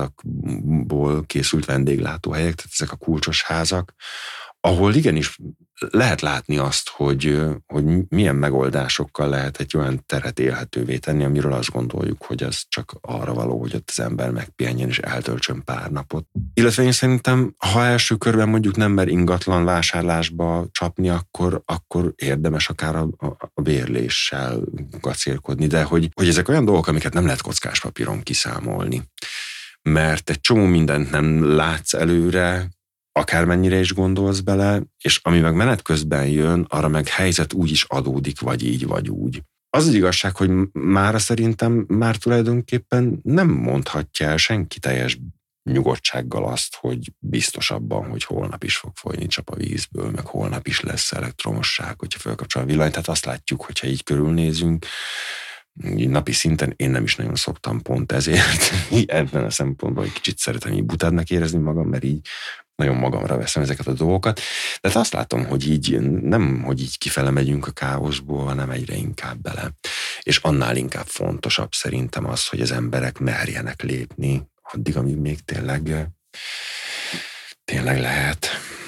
Speaker 2: házakból készült vendéglátóhelyek, tehát ezek a kulcsos házak, ahol igenis lehet látni azt, hogy, hogy milyen megoldásokkal lehet egy olyan teret élhetővé tenni, amiről azt gondoljuk, hogy az csak arra való, hogy ott az ember megpihenjen és eltöltsön pár napot. Illetve én szerintem, ha első körben mondjuk nem mer ingatlan vásárlásba csapni, akkor, akkor érdemes akár a, a, a bérléssel kacérkodni, de hogy, hogy ezek olyan dolgok, amiket nem lehet kockás papíron kiszámolni. Mert egy csomó mindent nem látsz előre, akármennyire is gondolsz bele, és ami meg menet közben jön, arra meg helyzet úgy is adódik, vagy így, vagy úgy. Az az igazság, hogy mára szerintem már tulajdonképpen nem mondhatja el senki teljes nyugodtsággal azt, hogy biztos abban, hogy holnap is fog folyni csap a vízből, meg holnap is lesz elektromosság, hogyha felkapcsol a villany. Tehát azt látjuk, hogyha így körülnézünk, így napi szinten én nem is nagyon szoktam pont ezért. Ebben a szempontból egy kicsit szeretem így butádnak érezni magam, mert így nagyon magamra veszem ezeket a dolgokat. De hát azt látom, hogy így nem, hogy így kifele megyünk a káoszból, hanem egyre inkább bele. És annál inkább fontosabb szerintem az, hogy az emberek merjenek lépni, addig, amíg még tényleg, tényleg lehet.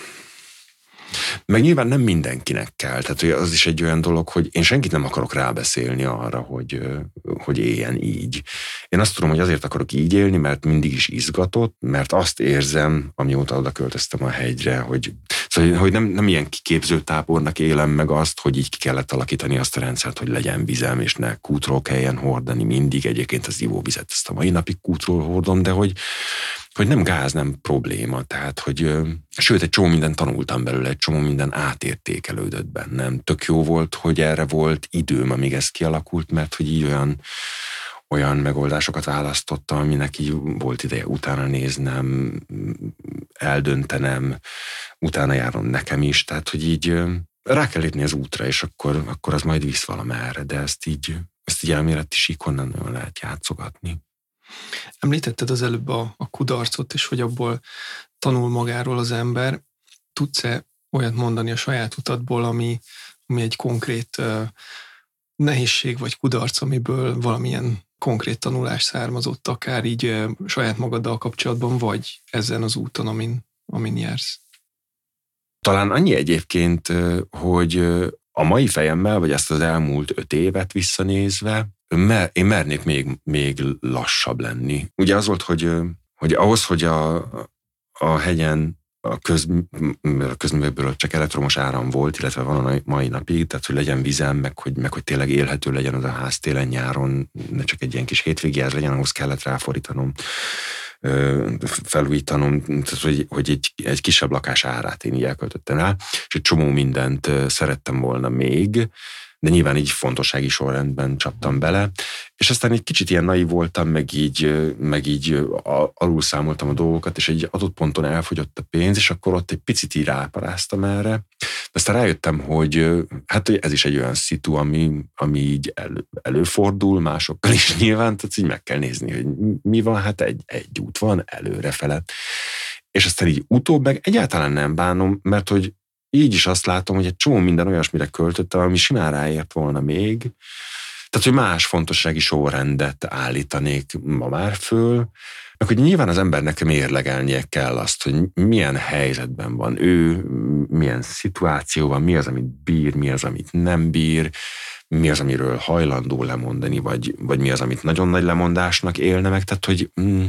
Speaker 2: Meg nyilván nem mindenkinek kell, tehát az is egy olyan dolog, hogy én senkit nem akarok rábeszélni arra, hogy, hogy éljen így. Én azt tudom, hogy azért akarok így élni, mert mindig is izgatott, mert azt érzem, amióta oda költöztem a hegyre, hogy, szóval, hogy nem, nem ilyen kiképző tábornak élem meg azt, hogy így ki kellett alakítani azt a rendszert, hogy legyen vizem, és ne kútról kelljen hordani mindig. Egyébként az ivóvizet ezt a mai napig kútról hordom, de hogy hogy nem gáz, nem probléma, tehát, hogy sőt, egy csomó mindent tanultam belőle, egy csomó minden átértékelődött bennem. Tök jó volt, hogy erre volt időm, amíg ez kialakult, mert hogy így olyan, olyan megoldásokat választottam, aminek így volt ideje utána néznem, eldöntenem, utána járom nekem is, tehát, hogy így rá kell lépni az útra, és akkor, akkor az majd visz valamerre, de ezt így, ezt így elméleti síkon nem nagyon lehet játszogatni.
Speaker 1: Említetted az előbb a, a kudarcot, és hogy abból tanul magáról az ember. Tudsz-e olyat mondani a saját utadból, ami, ami egy konkrét uh, nehézség vagy kudarc, amiből valamilyen konkrét tanulás származott, akár így uh, saját magaddal kapcsolatban, vagy ezen az úton, amin, amin jársz?
Speaker 2: Talán annyi egyébként, hogy a mai fejemmel, vagy ezt az elmúlt öt évet visszanézve, mer, én mernék még, még lassabb lenni. Ugye az volt, hogy, hogy ahhoz, hogy a, a hegyen a, köz, a közművekből csak elektromos áram volt, illetve van a mai napig, tehát hogy legyen vizem, meg hogy, meg hogy tényleg élhető legyen az a ház télen, nyáron, ne csak egy ilyen kis hétvégiáz legyen, ahhoz kellett ráfordítanom, felújítanom, tehát hogy, hogy egy, egy kisebb lakás árát én így elköltöttem rá, és egy csomó mindent szerettem volna még, de nyilván így fontossági sorrendben csaptam bele, és aztán egy kicsit ilyen naiv voltam, meg így, meg így alul számoltam a dolgokat, és egy adott ponton elfogyott a pénz, és akkor ott egy picit így ráparáztam erre. De aztán rájöttem, hogy hát ez is egy olyan szitu, ami, ami így elő, előfordul másokkal is nyilván, tehát így meg kell nézni, hogy mi van, hát egy, egy út van előrefele. És aztán így utóbb meg egyáltalán nem bánom, mert hogy így is azt látom, hogy egy csomó minden olyasmire költöttem, ami simán ráért volna még. Tehát, hogy más fontossági sorrendet állítanék ma már föl, meg hogy nyilván az embernek mérlegelnie kell azt, hogy milyen helyzetben van ő, milyen szituációban, mi az, amit bír, mi az, amit nem bír, mi az, amiről hajlandó lemondani, vagy, vagy mi az, amit nagyon nagy lemondásnak élne meg. Tehát, hogy, mm,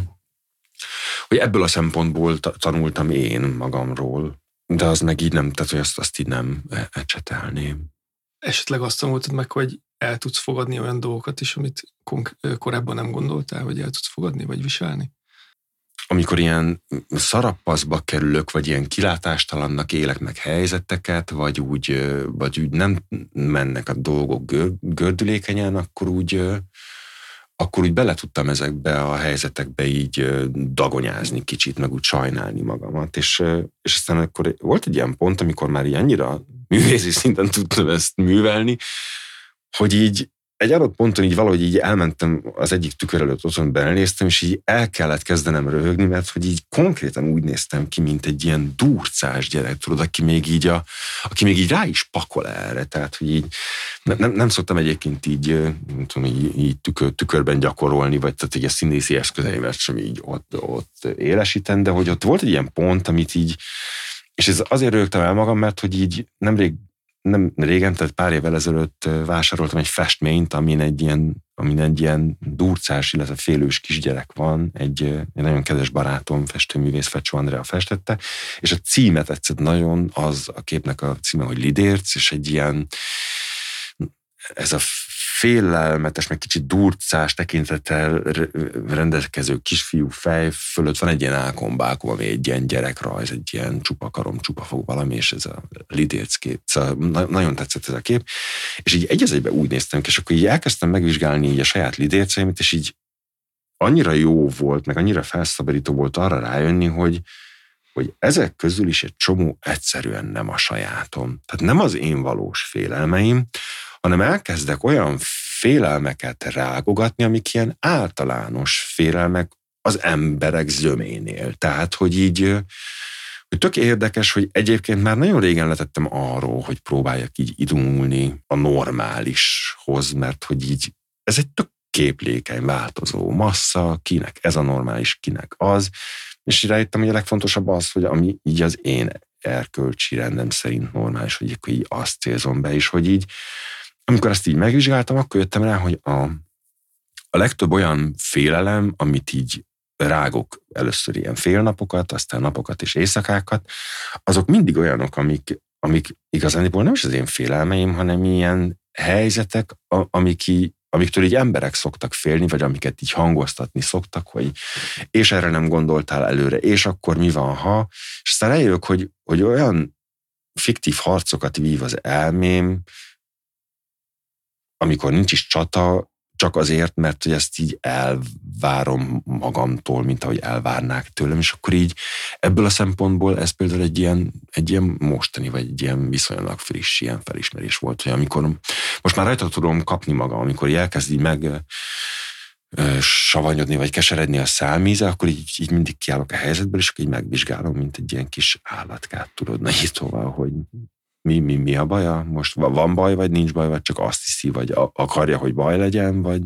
Speaker 2: hogy ebből a szempontból tanultam én magamról. De az meg így nem, tehát hogy azt, azt így nem ecsetelném.
Speaker 1: Esetleg azt tanultad meg, hogy el tudsz fogadni olyan dolgokat is, amit korábban nem gondoltál, hogy el tudsz fogadni, vagy viselni?
Speaker 2: Amikor ilyen szarappaszba kerülök, vagy ilyen kilátástalannak élek meg helyzeteket, vagy úgy, vagy úgy nem mennek a dolgok gördülékenyen, akkor úgy, akkor úgy bele tudtam ezekbe a helyzetekbe így dagonyázni kicsit, meg úgy sajnálni magamat, és, és aztán akkor volt egy ilyen pont, amikor már így annyira művészi szinten tudtam ezt művelni, hogy így egy adott ponton így valahogy így elmentem az egyik tükör előtt, otthon belenéztem, és így el kellett kezdenem röhögni, mert hogy így konkrétan úgy néztem ki, mint egy ilyen durcás gyerek, tudod, aki még így, a, aki még így rá is pakol erre, tehát hogy így nem, nem szoktam egyébként így, nem tudom, így, így tükör, tükörben gyakorolni, vagy tehát így a színészi eszközeimet sem így ott, ott élesítem, de hogy ott volt egy ilyen pont, amit így, és ez azért röhögtem el magam, mert hogy így nemrég nem régen, tehát pár évvel ezelőtt vásároltam egy festményt, amin egy ilyen, amin egy ilyen durcás, illetve félős kisgyerek van, egy, egy nagyon kedves barátom, festőművész Fecsó Andrea festette, és a címe tetszett nagyon, az a képnek a címe, hogy Lidérc, és egy ilyen, ez a félelmetes, meg kicsit durcás tekintettel rendelkező kisfiú fej fölött van egy ilyen ákombákom, ami egy ilyen gyerekrajz, egy ilyen csupa karom, csupa fog valami, és ez a Lidérc kép. Szóval nagyon tetszett ez a kép, és így egy az egyben úgy néztem ki, és akkor így elkezdtem megvizsgálni így a saját lidérceimet, és így annyira jó volt, meg annyira felszabadító volt arra rájönni, hogy hogy ezek közül is egy csomó egyszerűen nem a sajátom. Tehát nem az én valós félelmeim, hanem elkezdek olyan félelmeket rágogatni, amik ilyen általános félelmek az emberek zöménél. Tehát, hogy így, hogy tök érdekes, hogy egyébként már nagyon régen letettem arról, hogy próbáljak így idulni a normálishoz, mert hogy így ez egy tök képlékeny, változó massza, kinek ez a normális, kinek az, és rájöttem, hogy a legfontosabb az, hogy ami így az én erkölcsi rendem szerint normális, hogy így azt célzom be, és hogy így amikor ezt így megvizsgáltam, akkor jöttem rá, hogy a, a legtöbb olyan félelem, amit így rágok először ilyen félnapokat, aztán napokat és éjszakákat, azok mindig olyanok, amik, amik igazániból nem is az én félelmeim, hanem ilyen helyzetek, amik így, amiktől így emberek szoktak félni, vagy amiket így hangoztatni szoktak, hogy és erre nem gondoltál előre, és akkor mi van, ha, és aztán rájövök, hogy, hogy olyan fiktív harcokat vív az elmém, amikor nincs is csata, csak azért, mert hogy ezt így elvárom magamtól, mint ahogy elvárnák tőlem, és akkor így ebből a szempontból ez például egy ilyen, egy ilyen mostani, vagy egy ilyen viszonylag friss ilyen felismerés volt, hogy amikor most már rajta tudom kapni magam, amikor elkezd így meg ö, savanyodni, vagy keseredni a szálmíze, akkor így, így mindig kiállok a helyzetből, és akkor így megvizsgálom, mint egy ilyen kis állatkát, tudod, nagyítóval, hogy Mi, mi, mi a baja? Most van baj, vagy nincs baj, vagy csak azt hiszi, vagy akarja, hogy baj legyen, vagy,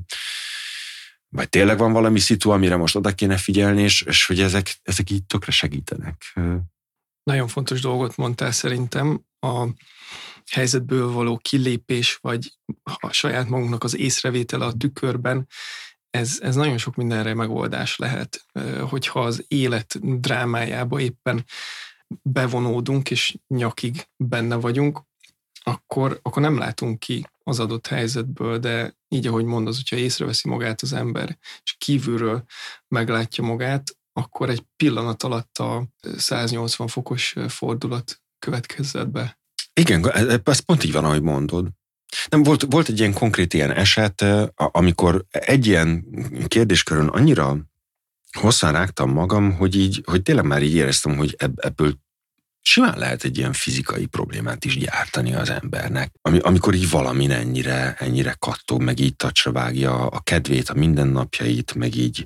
Speaker 2: vagy tényleg van valami szitu, amire most oda kéne figyelni, és, és hogy ezek, ezek így tökre segítenek.
Speaker 1: Nagyon fontos dolgot mondtál szerintem, a helyzetből való kilépés, vagy a saját magunknak az észrevétele a tükörben, ez, ez nagyon sok mindenre megoldás lehet, hogyha az élet drámájába éppen bevonódunk, és nyakig benne vagyunk, akkor, akkor nem látunk ki az adott helyzetből, de így, ahogy mondod, hogyha észreveszi magát az ember, és kívülről meglátja magát, akkor egy pillanat alatt a száznyolcvan fokos fordulat következett be.
Speaker 2: Igen, ez pont így van, ahogy mondod. Nem, volt, volt egy ilyen konkrét ilyen eset, amikor egy ilyen kérdéskörön annyira hosszan rágtam magam, hogy így, hogy tényleg már így éreztem, hogy ebből simán lehet egy ilyen fizikai problémát is gyártani az embernek. Ami, amikor így valamin ennyire, ennyire kattog, meg így tacsra vágja a kedvét, a mindennapjait, meg így.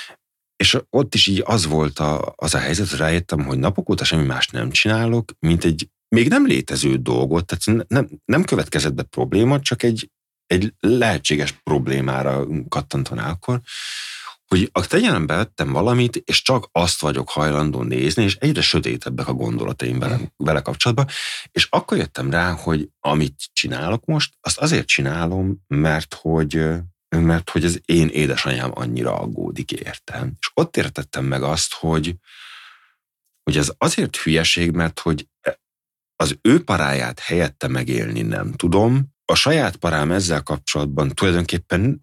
Speaker 2: És ott is így az volt a, az a helyzet, hogy rájöttem, hogy napok óta semmi más nem csinálok, mint egy még nem létező dolgot, tehát nem, nem következett be probléma, csak egy, egy lehetséges problémára kattantanál akkor, hogy a tegyelembe vettem valamit, és csak azt vagyok hajlandó nézni, és egyre sötétebbek a gondolataim vele, vele kapcsolatban, és akkor jöttem rá, hogy amit csinálok most, azt azért csinálom, mert hogy, mert hogy az én édesanyám annyira aggódik értem. És ott értettem meg azt, hogy, hogy ez azért hülyeség, mert hogy az ő paráját helyette megélni nem tudom. A saját parám ezzel kapcsolatban tulajdonképpen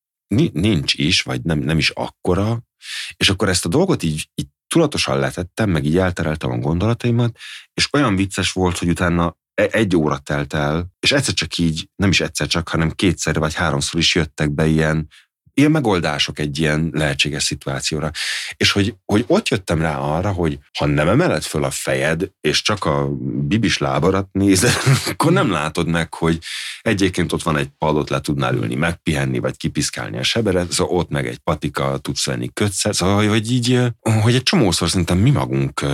Speaker 2: nincs is, vagy nem, nem is akkora, és akkor ezt a dolgot így, így tudatosan letettem, meg így eltereltem a gondolataimat, és olyan vicces volt, hogy utána egy óra telt el, és egyszer csak így, nem is egyszer csak, hanem kétszer vagy háromszor is jöttek be ilyen, ilyen megoldások egy ilyen lehetséges szituációra. És hogy, hogy ott jöttem rá arra, hogy ha nem emeled föl a fejed, és csak a bibis lábarat nézed, akkor nem látod meg, hogy egyébként ott van egy padot, le tudnál ülni, megpihenni, vagy kipiszkálni a seberet, szóval ott meg egy patika, tudsz venni kötszer, szóval hogy így, hogy egy csomószor szerintem mi magunk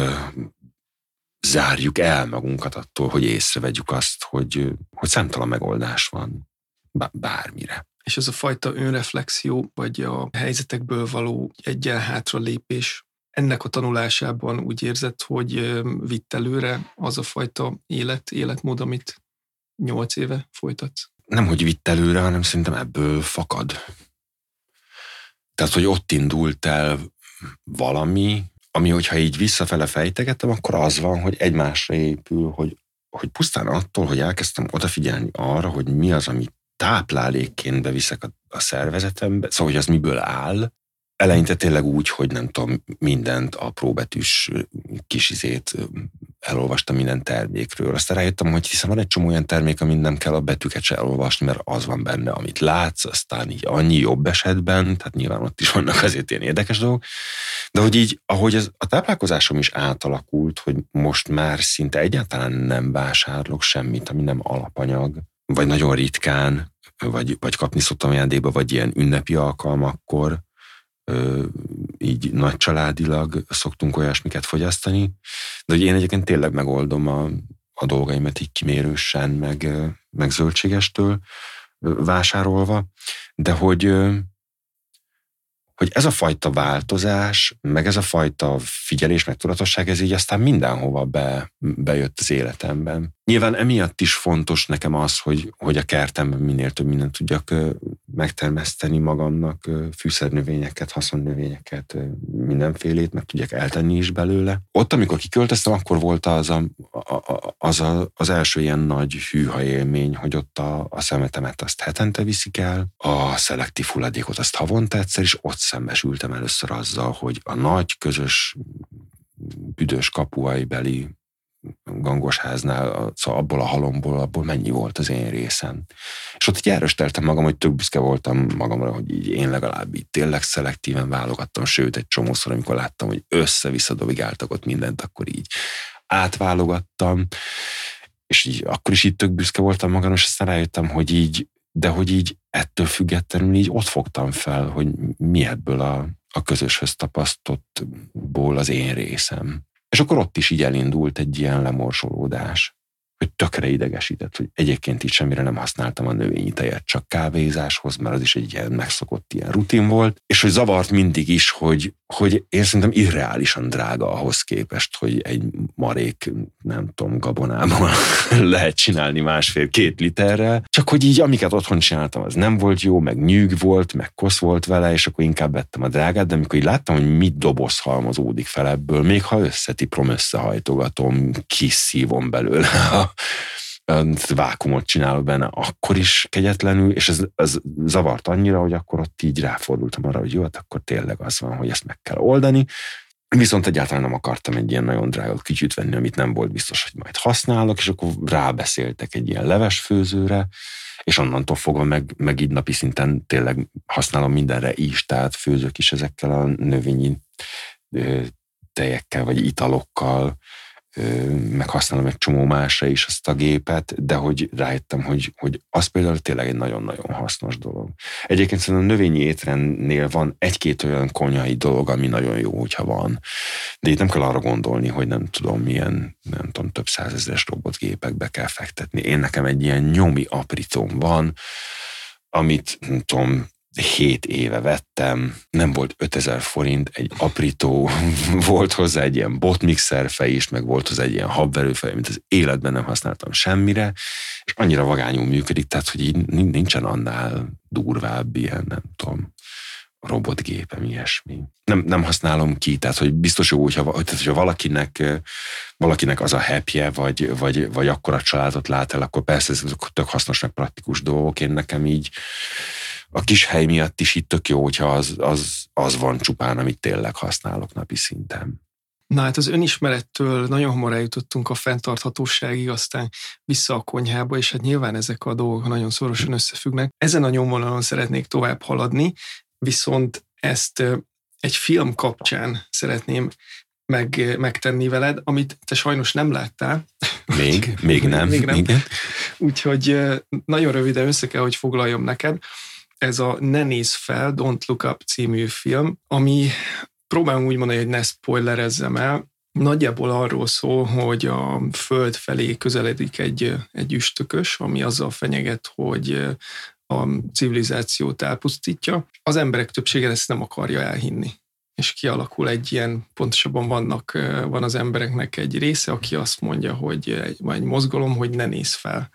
Speaker 2: zárjuk el magunkat attól, hogy észrevegyük azt, hogy, hogy számtalan megoldás van bármire.
Speaker 1: És ez a fajta önreflexió, vagy a helyzetekből való egyen hátra lépés, ennek a tanulásában úgy érzed, hogy vitt előre az a fajta élet, életmód, amit nyolc éve folytatsz?
Speaker 2: Nem, hogy vitt előre, hanem szerintem ebből fakad. Tehát, hogy ott indult el valami, ami, hogyha így visszafele fejtegettem, akkor az van, hogy egymásra épül, hogy, hogy pusztán attól, hogy elkezdtem odafigyelni arra, hogy mi az, ami táplálékként beviszek a, a szervezetembe, szóval, hogy az miből áll. Eleinte tényleg úgy, hogy nem tudom, mindent, apróbetűs kisizét elolvastam minden termékről. Aztán rájöttem, hogy hiszen van egy csomó olyan termék, amit nem kell a betűket se elolvasni, mert az van benne, amit látsz, aztán így annyi jobb esetben, tehát nyilván ott is vannak azért ilyen érdekes dolgok, de hogy így, ahogy ez, a táplálkozásom is átalakult, hogy most már szinte egyáltalán nem vásárolok semmit, ami nem alapanyag, vagy nagyon ritkán, vagy, vagy kapni szoktam ajándékba, vagy ilyen ünnepi alkalmakkor, így nagy családilag szoktunk olyasmiket fogyasztani, de hogy én egyébként tényleg megoldom a, a dolgaimat így kimérősen, meg, meg zöldségestől vásárolva, de hogy, hogy ez a fajta változás, meg ez a fajta figyelés, meg tudatosság, ez így aztán mindenhova be, bejött az életemben. Nyilván emiatt is fontos nekem az, hogy, hogy a kertemben minél több mindent tudjak megtermeszteni magamnak, fűszernövényeket, haszonnövényeket, mindenfélét, meg tudjak eltenni is belőle. Ott, amikor kiköltöztem, akkor volt az a, a, az, a, az első ilyen nagy hűha élmény, hogy ott a, a szemetemet azt hetente viszik el, a szelektív hulladékot azt havonta egyszer, és ott szembesültem először azzal, hogy a nagy, közös, büdös kapuaibeli gangosháznál, szóval abból a halomból, abból mennyi volt az én részem. És ott így elrösteltem magam, hogy tök büszke voltam magamra, hogy így én legalább így tényleg szelektíven válogattam, sőt egy csomószor, amikor láttam, hogy össze-vissza dobigáltak ott mindent, akkor így átválogattam, és így, akkor is így tök büszke voltam magamra, és aztán rájöttem, hogy így, de hogy így ettől függetlenül így ott fogtam fel, hogy mi ebből a, a közöshöz tapasztottból az én részem. És akkor ott is így elindult egy ilyen lemorsolódás, hogy tökre idegesített, hogy egyébként így semmire nem használtam a növényi tejet, csak kávézáshoz, mert az is egy ilyen megszokott ilyen rutin volt, és hogy zavart mindig is, hogy, hogy én szerintem irreálisan drága ahhoz képest, hogy egy marék, nem tudom, gabonából lehet csinálni másfél-két literrel, csak hogy így amiket otthon csináltam, az nem volt jó, meg nyűg volt, meg kosz volt vele, és akkor inkább vettem a drágát, de amikor így láttam, hogy mit doboz halmozódik fel ebből, még ha összetiprom, összehajtogatom, kiszívom belőle a vákumot csinálok benne, akkor is kegyetlenül, és ez, ez zavart annyira, hogy akkor ott így ráfordultam arra, hogy jó, hát akkor tényleg az van, hogy ezt meg kell oldani. Viszont egyáltalán nem akartam egy ilyen nagyon drága kütyűt venni, amit nem volt biztos, hogy majd használok, és akkor rábeszéltek egy ilyen levesfőzőre, és onnantól fogva meg, meg így napi szinten tényleg használom mindenre is, tehát főzök is ezekkel a növényi tejekkel, vagy italokkal, meg használom egy csomó másra is azt a gépet, de hogy rájöttem, hogy, hogy az például tényleg egy nagyon-nagyon hasznos dolog. Egyébként szerintem a növényi étrendnél van egy-két olyan konyhai dolog, ami nagyon jó, hogyha van. De itt nem kell arra gondolni, hogy nem tudom, milyen, nem tudom, több százezres robotgépekbe kell fektetni. Én nekem egy ilyen nyomi aprítóm van, amit, nem tudom, hét éve vettem, nem volt ötezer forint, egy aprító, volt hozzá egy ilyen botmixerfej is, meg volt hozzá egy ilyen habverőfej, amit az életben nem használtam semmire, és annyira vagányul működik, tehát, hogy így nincsen annál durvább ilyen, nem tudom, robotgépem, ilyesmi. Nem, nem használom ki, tehát, hogy biztos jó, hogyha, tehát, hogyha valakinek, valakinek az a happy-je, vagy, vagy, vagy akkora családot lát el, akkor persze ez tök hasznos, meg praktikus dolgok. Én nekem így a kis hely miatt is itt tök jó, hogyha az, az, az van csupán, amit tényleg használok napi szinten.
Speaker 1: Na hát az önismerettől nagyon hamar eljutottunk a fenntarthatóságig, aztán vissza a konyhába, és hát nyilván ezek a dolgok nagyon szorosan összefüggnek. Ezen a nyomvonalon szeretnék tovább haladni, viszont ezt egy film kapcsán szeretném meg, megtenni veled, amit te sajnos nem láttál.
Speaker 2: Még, még nem. még nem. Igen.
Speaker 1: Úgyhogy nagyon röviden össze kell, hogy foglaljam neked. Ez a Ne nézz fel, Don't Look Up című film, ami próbálom úgy mondani, hogy ne spoilerezzem el. Nagyjából arról szól, hogy a Föld felé közeledik egy, egy üstökös, ami azzal fenyeget, hogy a civilizációt elpusztítja. Az emberek többsége ezt nem akarja elhinni. És kialakul egy ilyen, pontosabban vannak, van az embereknek egy része, aki azt mondja, hogy van egy mozgalom, hogy ne nézz fel.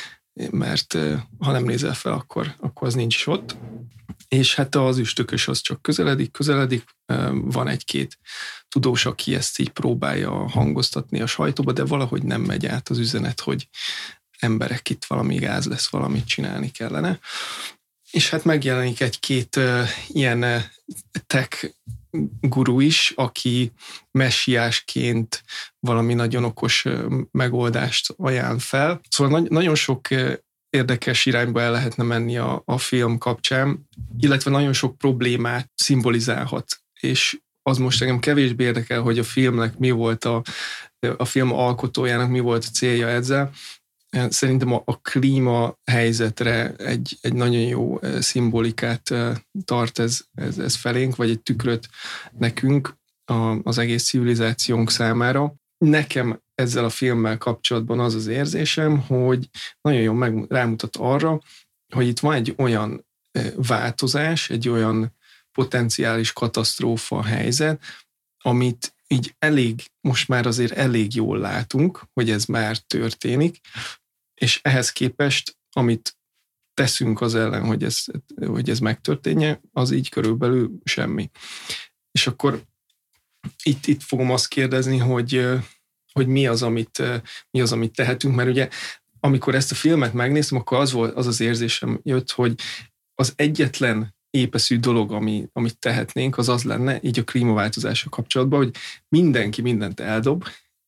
Speaker 1: Mert ha nem nézel fel, akkor, akkor az nincs is ott. És hát az üstökös az csak közeledik, közeledik. Van egy-két tudós, aki ezt így próbálja hangoztatni a sajtóba, de valahogy nem megy át az üzenet, hogy emberek, itt valami gáz lesz, valamit csinálni kellene. És hát megjelenik egy-két uh, ilyen uh, tech guru is, aki messiásként valami nagyon okos uh, megoldást ajánl fel. Szóval na- nagyon sok uh, érdekes irányba el lehetne menni a, a film kapcsán, illetve nagyon sok problémát szimbolizálhat. És az most engem kevésbé érdekel, hogy a filmnek mi volt a, a film alkotójának mi volt a célja ezzel. Szerintem a, a klíma helyzetre egy, egy nagyon jó szimbolikát tart ez, ez, ez felénk, vagy egy tükröt nekünk a, az egész civilizációnk számára. Nekem ezzel a filmmel kapcsolatban az az érzésem, hogy nagyon jól meg, rámutat arra, hogy itt van egy olyan változás, egy olyan potenciális katasztrófa helyzet, amit így elég, most már azért elég jól látunk, hogy ez már történik, és ehhez képest, amit teszünk az ellen, hogy ez, hogy ez megtörténje, az így körülbelül semmi. És akkor itt, itt fogom azt kérdezni, hogy, hogy mi az, amit, mi az, amit tehetünk, mert ugye amikor ezt a filmet megnéztem, akkor az volt, az az érzésem jött, hogy az egyetlen épeszű dolog, ami, amit tehetnénk, az az lenne, így a klímaváltozással kapcsolatban, hogy mindenki mindent eldob,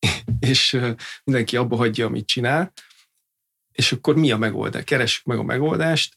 Speaker 1: és mindenki abba hagyja, amit csinál, és akkor mi a megoldás? Keressük meg a megoldást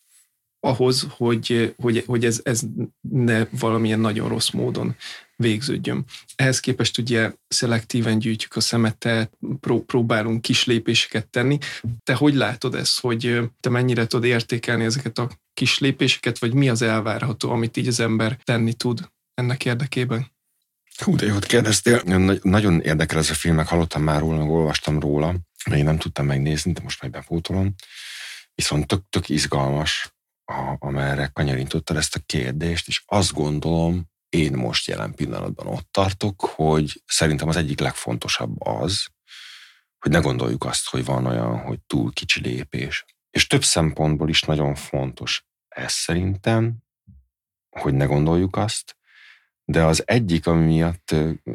Speaker 1: ahhoz, hogy, hogy, hogy ez, ez ne valamilyen nagyon rossz módon végződjön. Ehhez képest ugye szelektíven gyűjtjük a szemetet, pró- próbálunk kis lépéseket tenni. Te hogy látod ezt, hogy te mennyire tudod értékelni ezeket a kis lépéseket, vagy mi az elvárható, amit így az ember tenni tud ennek érdekében?
Speaker 2: Hú, de jót kérdeztél. Nagyon érdekel ez a film, meg hallottam már róla, meg olvastam róla, még nem tudtam megnézni, de most meg bepótolom. Viszont tök, tök izgalmas, amerre kanyarintottad ezt a kérdést, és azt gondolom, én most jelen pillanatban ott tartok, hogy szerintem az egyik legfontosabb az, hogy ne gondoljuk azt, hogy van olyan, hogy túl kicsi lépés. És több szempontból is nagyon fontos ez szerintem, hogy ne gondoljuk azt, de az egyik, ami miatt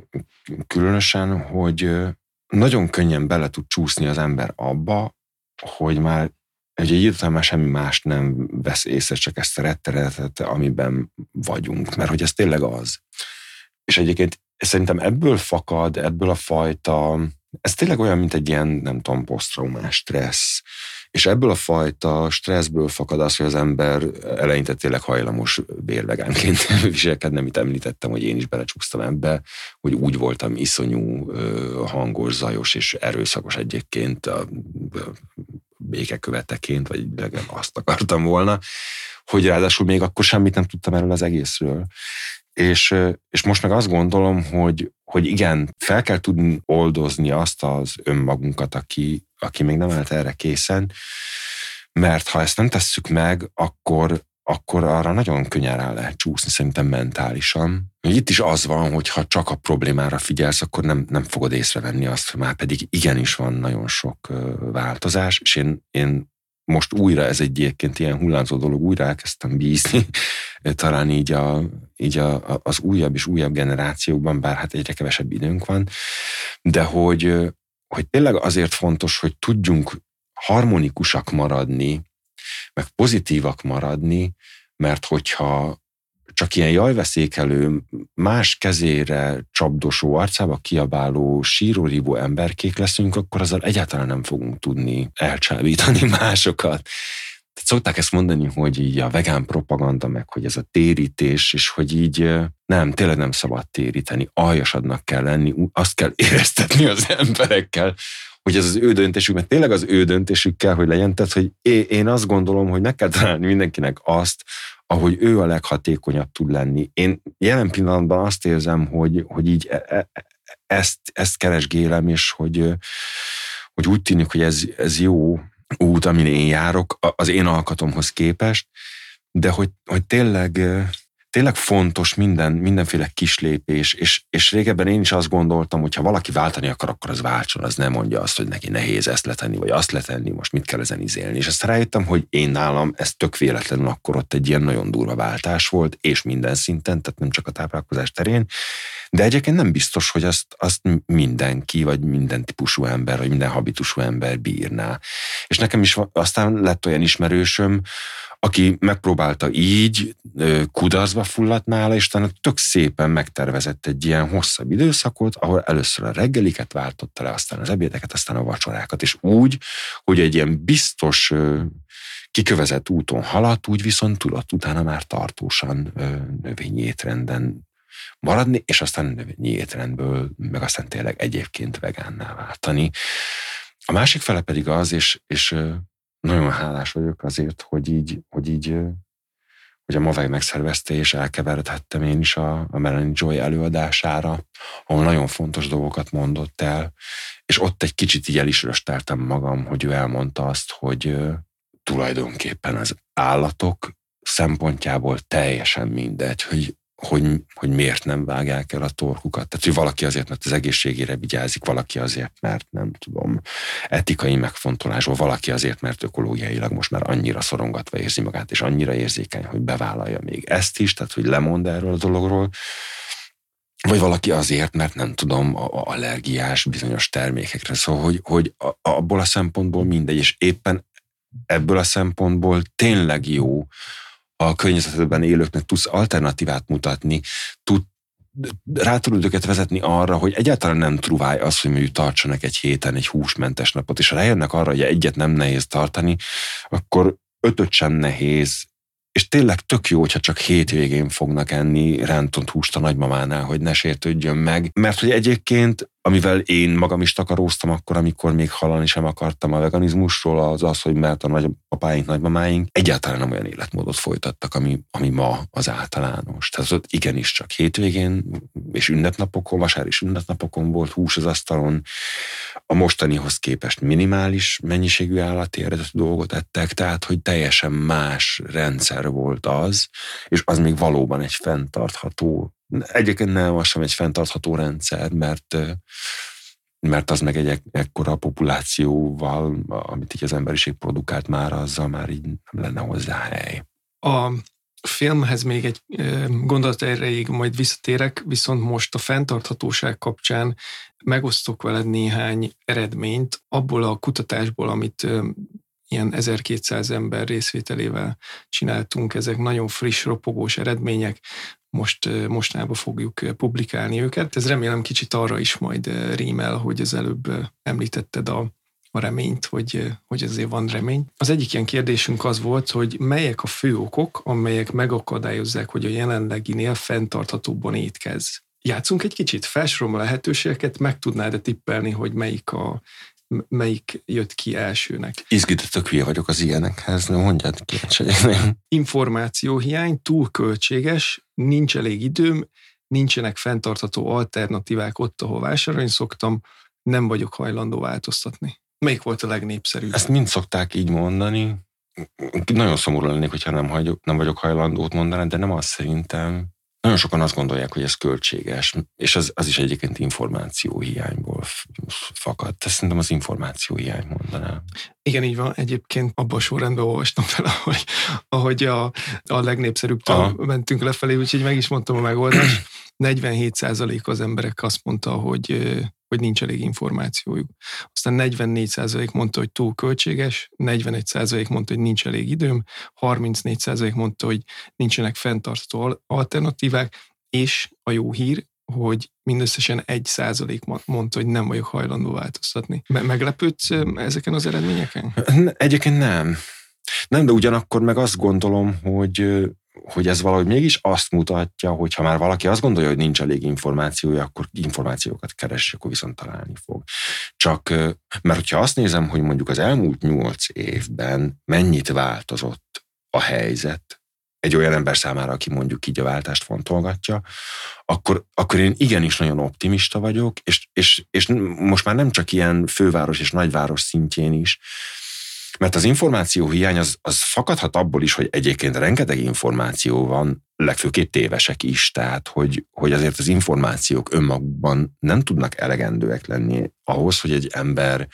Speaker 2: különösen, hogy nagyon könnyen bele tud csúszni az ember abba, hogy már egy idő után már semmi más nem vesz észre, csak ezt a rettenetet, amiben vagyunk, mert hogy ez tényleg az. És egyébként szerintem ebből fakad, ebből a fajta, ez tényleg olyan, mint egy ilyen, nem tudom, posztraumás stressz, és ebből a fajta stresszből fakad az, hogy az ember eleinte tényleg hajlamos bérvegánként viselkedni, amit említettem, hogy én is belecsúsztam ebbe, hogy úgy voltam iszonyú, hangos, zajos és erőszakos egyébként a békeköveteként, vagy legalább azt akartam volna, hogy ráadásul még akkor semmit nem tudtam erről az egészről. És, és most meg azt gondolom, hogy, hogy igen, fel kell tudni oldozni azt az önmagunkat, aki, aki még nem állt erre készen, mert ha ezt nem tesszük meg, akkor, akkor arra nagyon könnyen rá lehet csúszni, szerintem mentálisan. Itt is az van, hogy ha csak a problémára figyelsz, akkor nem, nem fogod észrevenni azt, hogy már pedig igenis van nagyon sok változás, és én, én most újra, ez egy egyébként ilyen hullámzó dolog, újra elkezdtem bízni, talán így, a, így a, az újabb és újabb generációkban, bár hát egyre kevesebb időnk van, de hogy, hogy tényleg azért fontos, hogy tudjunk harmonikusak maradni, meg pozitívak maradni, mert hogyha csak ilyen jajveszékelő, más kezére csapdosó, arcába kiabáló, sírórívó emberkék leszünk, akkor azzal egyáltalán nem fogunk tudni elcsábítani másokat. Tehát szokták ezt mondani, hogy így a vegán propaganda, meg hogy ez a térítés, és hogy így nem, tényleg nem szabad téríteni, aljasadnak kell lenni, azt kell éreztetni az emberekkel, hogy ez az ő döntésük, mert tényleg az ő döntésük kell, hogy legyen. Tehát, hogy én azt gondolom, hogy meg kell találni mindenkinek azt, ahogy ő a leghatékonyabb tud lenni. Én jelen pillanatban azt érzem, hogy, hogy így ezt, ezt keresgélem, és hogy, hogy úgy tűnik, hogy ez, ez jó út, amin én járok, az én alkatomhoz képest, de hogy, hogy tényleg, tényleg fontos minden, mindenféle kislépés, és, és régebben én is azt gondoltam, hogy ha valaki váltani akar, akkor az váltson, az nem mondja azt, hogy neki nehéz ezt letenni, vagy azt letenni, most mit kell ezen izélni. És aztán rájöttem, hogy én nálam ez tök véletlenül akkor ott egy ilyen nagyon durva váltás volt, és minden szinten, tehát nem csak a táplálkozás terén, de egyébként nem biztos, hogy azt, azt mindenki, vagy minden típusú ember, vagy minden habitusú ember bírná. És nekem is aztán lett olyan ismerősöm, aki megpróbálta így, kudarcba fulladt nála, és utána tök szépen megtervezett egy ilyen hosszabb időszakot, ahol először a reggeliket váltotta le, aztán az ebédeket, aztán a vacsorákat, és úgy, hogy egy ilyen biztos, kikövezett úton haladt, úgy viszont tudott utána már tartósan növényi étrenden maradni, és aztán növényi étrendből, meg aztán tényleg egyébként vegánná váltani. A másik fele pedig az, és, és nagyon hálás vagyok azért, hogy így, hogy így, hogy a Mavej megszervezte, és elkeveredhettem én is a, a Melanie Joy előadására, ahol nagyon fontos dolgokat mondott el, és ott egy kicsit így el is rösteltem magam, hogy ő elmondta azt, hogy tulajdonképpen az állatok szempontjából teljesen mindegy, hogy hogy, hogy miért nem vágják el a torkukat. Tehát, hogy valaki azért, mert az egészségére vigyázik, valaki azért, mert nem tudom, etikai megfontolásból, valaki azért, mert ökológiailag most már annyira szorongatva érzi magát, és annyira érzékeny, hogy bevállalja még ezt is, tehát, hogy lemond erről a dologról, vagy valaki azért, mert nem tudom, allergiás bizonyos termékekre. Szóval, hogy, hogy abból a szempontból mindegy, és éppen ebből a szempontból tényleg jó, a környezetedben élőknek tudsz alternatívát mutatni, tud, rá tudod őket vezetni arra, hogy egyáltalán nem truváj az, hogy mondjuk tartsanak egy héten egy húsmentes napot, és ha rájönnek arra, hogy egyet nem nehéz tartani, akkor ötöt sem nehéz, és tényleg tök jó, hogyha csak hétvégén fognak enni rántott húst a nagymamánál, hogy ne sértődjön meg. Mert hogy egyébként, amivel én magam is takaróztam akkor, amikor még hallani sem akartam a veganizmusról, az az, hogy mert a nagyapáink, nagymamáink egyáltalán nem olyan életmódot folytattak, ami, ami ma az általános. Tehát ott igenis csak hétvégén és ünnepnapokon, vasár és ünnepnapokon volt hús az asztalon, a mostanihoz képest minimális mennyiségű állati eredetű dolgot ettek, tehát hogy teljesen más rendszer volt az, és az még valóban egy fenntartható, egyébként nem az sem egy fenntartható rendszer, mert, mert az meg egy ekkora populációval, amit így az emberiség produkált már, azzal már így nem lenne hozzá hely.
Speaker 1: A filmhez még egy gondolat erejéig majd visszatérek, viszont most a fenntarthatóság kapcsán megosztok veled néhány eredményt abból a kutatásból, amit ilyen ezerkétszáz ember részvételével csináltunk. Ezek nagyon friss, ropogós eredmények, most mostanában fogjuk publikálni őket. Ez remélem kicsit arra is majd rímel, hogy az előbb említetted a a reményt, hogy, hogy azért van remény. Az egyik ilyen kérdésünk az volt, hogy melyek a fő okok, amelyek megakadályozzák, hogy a jelenleginél fenntarthatóbban étkezz. Játszunk egy kicsit, felsorolom a lehetőségeket, meg tudnád-e tippelni, hogy melyik, a, melyik jött ki elsőnek?
Speaker 2: Izgítettek, hülye vagyok az ilyenekhez, nem mondjad ki.
Speaker 1: Információhiány, túl költséges, nincs elég időm, nincsenek fenntartható alternatívák ott, ahol vásárolni szoktam, nem vagyok hajlandó változtatni. Melyik volt a legnépszerűbb?
Speaker 2: Ezt mind szokták így mondani. Nagyon szomorú lennék, hogyha nem, hagyok, nem vagyok hajlandót mondani, de nem azt szerintem. Nagyon sokan azt gondolják, hogy ez költséges, és az, az is egyébként információhiányból fakad. Ezt szerintem az információhiány mondaná.
Speaker 1: Igen, így van. Egyébként abban a sorrendben olvastam fel, ahogy, ahogy a, a legnépszerűbbtől mentünk lefelé, úgyhogy meg is mondtam a megoldást. negyvenhét százalék az emberek azt mondta, hogy hogy nincs elég információjuk. Aztán negyvennégy százalék mondta, hogy túl költséges, negyvenegy százalék mondta, hogy nincs elég időm, harmincnégy százalék mondta, hogy nincsenek fenntartható alternatívák, és a jó hír, hogy mindösszesen egy százalék mondta, hogy nem vagyok hajlandó változtatni. Meglepődsz ezeken az eredményeken?
Speaker 2: Egyébként nem. Nem, de ugyanakkor meg azt gondolom, hogy hogy ez valahogy mégis azt mutatja, hogy ha már valaki azt gondolja, hogy nincs elég információja, akkor információkat keres, akkor viszont találni fog. Csak, mert hogyha azt nézem, hogy mondjuk az elmúlt nyolc évben mennyit változott a helyzet egy olyan ember számára, aki mondjuk így a váltást fontolgatja, akkor, akkor én igenis nagyon optimista vagyok, és, és, és most már nem csak ilyen főváros és nagyváros szintjén is, mert az információ hiány az, az fakadhat abból is, hogy egyébként rengeteg információ van, legfőképp tévesek is, tehát hogy, hogy azért az információk önmagukban nem tudnak elegendőek lenni ahhoz, hogy egy ember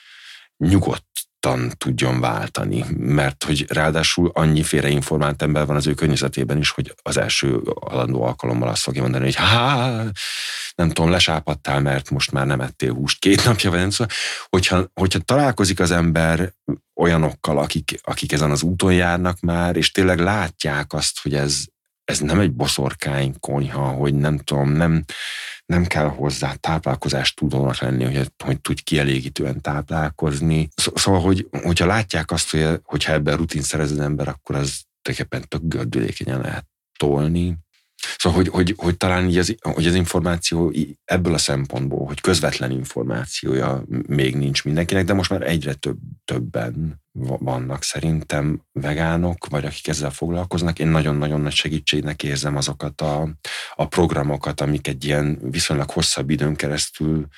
Speaker 2: nyugodtan tudjon váltani, mert hogy ráadásul annyiféle informált ember van az ő környezetében is, hogy az első alandó alkalommal azt fogja mondani, hogy há, nem tudom, lesápadtál, mert most már nem ettél húst két napja, vagy nem szóval, hogyha, hogyha találkozik az ember olyanokkal, akik, akik ezen az úton járnak már, és tényleg látják azt, hogy ez, ez nem egy boszorkány konyha, hogy nem tudom, nem, nem kell hozzá táplálkozást tudónak lenni, hogy, hogy tudj kielégítően táplálkozni. Szóval, hogy, hogyha látják azt, hogy, hogyha ebben rutin szerez az ember, akkor az tulajdonképpen tök gördülékenyen lehet tolni. Szóval, hogy, hogy, hogy talán így az, hogy az információ ebből a szempontból, hogy közvetlen információja még nincs mindenkinek, de most már egyre több, többen vannak szerintem vegánok, vagy akik ezzel foglalkoznak. Én nagyon-nagyon nagy segítségnek érzem azokat a, a programokat, amik egy ilyen viszonylag hosszabb időn keresztül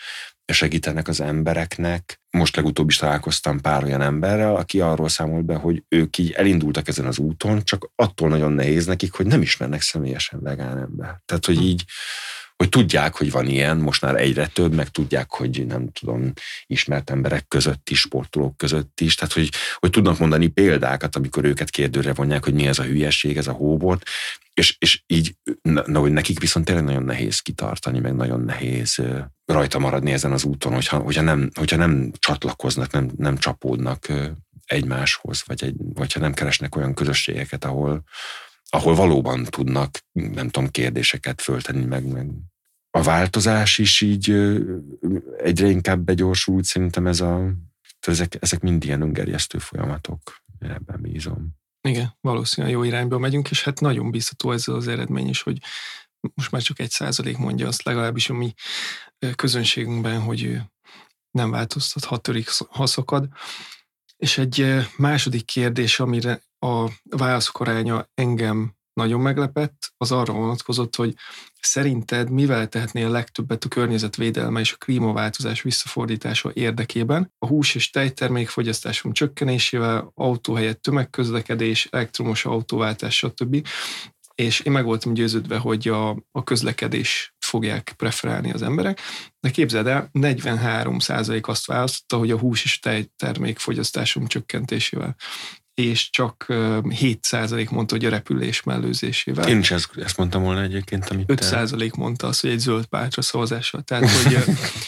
Speaker 2: segítenek az embereknek. Most legutóbb is találkoztam pár olyan emberrel, aki arról számolt be, hogy ők így elindultak ezen az úton, csak attól nagyon nehéz nekik, hogy nem ismernek személyesen vegán ember. Tehát, hogy így, hogy tudják, hogy van ilyen, most már egyre több, meg tudják, hogy nem tudom, ismert emberek között is, sportolók között is, tehát, hogy, hogy tudnak mondani példákat, amikor őket kérdőre vonják, hogy mi ez a hülyeség, ez a hóbort, és, és így, na, na, hogy nekik viszont tényleg nagyon nehéz kitartani, meg nagyon nehéz rajta maradni ezen az úton, hogyha, hogyha, nem, hogyha nem csatlakoznak, nem, nem csapódnak egymáshoz, vagy, egy, vagy ha nem keresnek olyan közösségeket, ahol, ahol valóban tudnak, nem tudom, kérdéseket föltenni, meg, meg. A változás is így egyre inkább begyorsult, szerintem ez a, ezek, ezek mind ilyen öngerjesztő folyamatok, én ebben bízom.
Speaker 1: Igen, valószínűleg jó irányba megyünk, és hát nagyon biztató ez az eredmény is, hogy most már csak egy százalék mondja azt, legalábbis a mi közönségünkben, hogy nem változtat, ha törik, ha szakad. És egy második kérdés, amire a válaszok aránya engem nagyon meglepett, az arra vonatkozott, hogy szerinted mivel tehetnél legtöbbet a környezetvédelme és a klímaváltozás visszafordítása érdekében a hús- és tejtermék fogyasztásom csökkenésével, autó helyett tömegközlekedés, elektromos autóváltás, stb. És én meg voltam győződve, hogy a, a közlekedés fogják preferálni az emberek, de képzeld el, negyvenhárom százalék azt választotta, hogy a hús- és tejtermék fogyasztásom csökkentésével, és csak hét százalék mondta, hogy a repülés mellőzésével.
Speaker 2: Én is ezt, ezt mondtam volna egyébként, amit
Speaker 1: öt százalék te... mondta azt, hogy egy zöld pártra szavazással. Tehát, hogy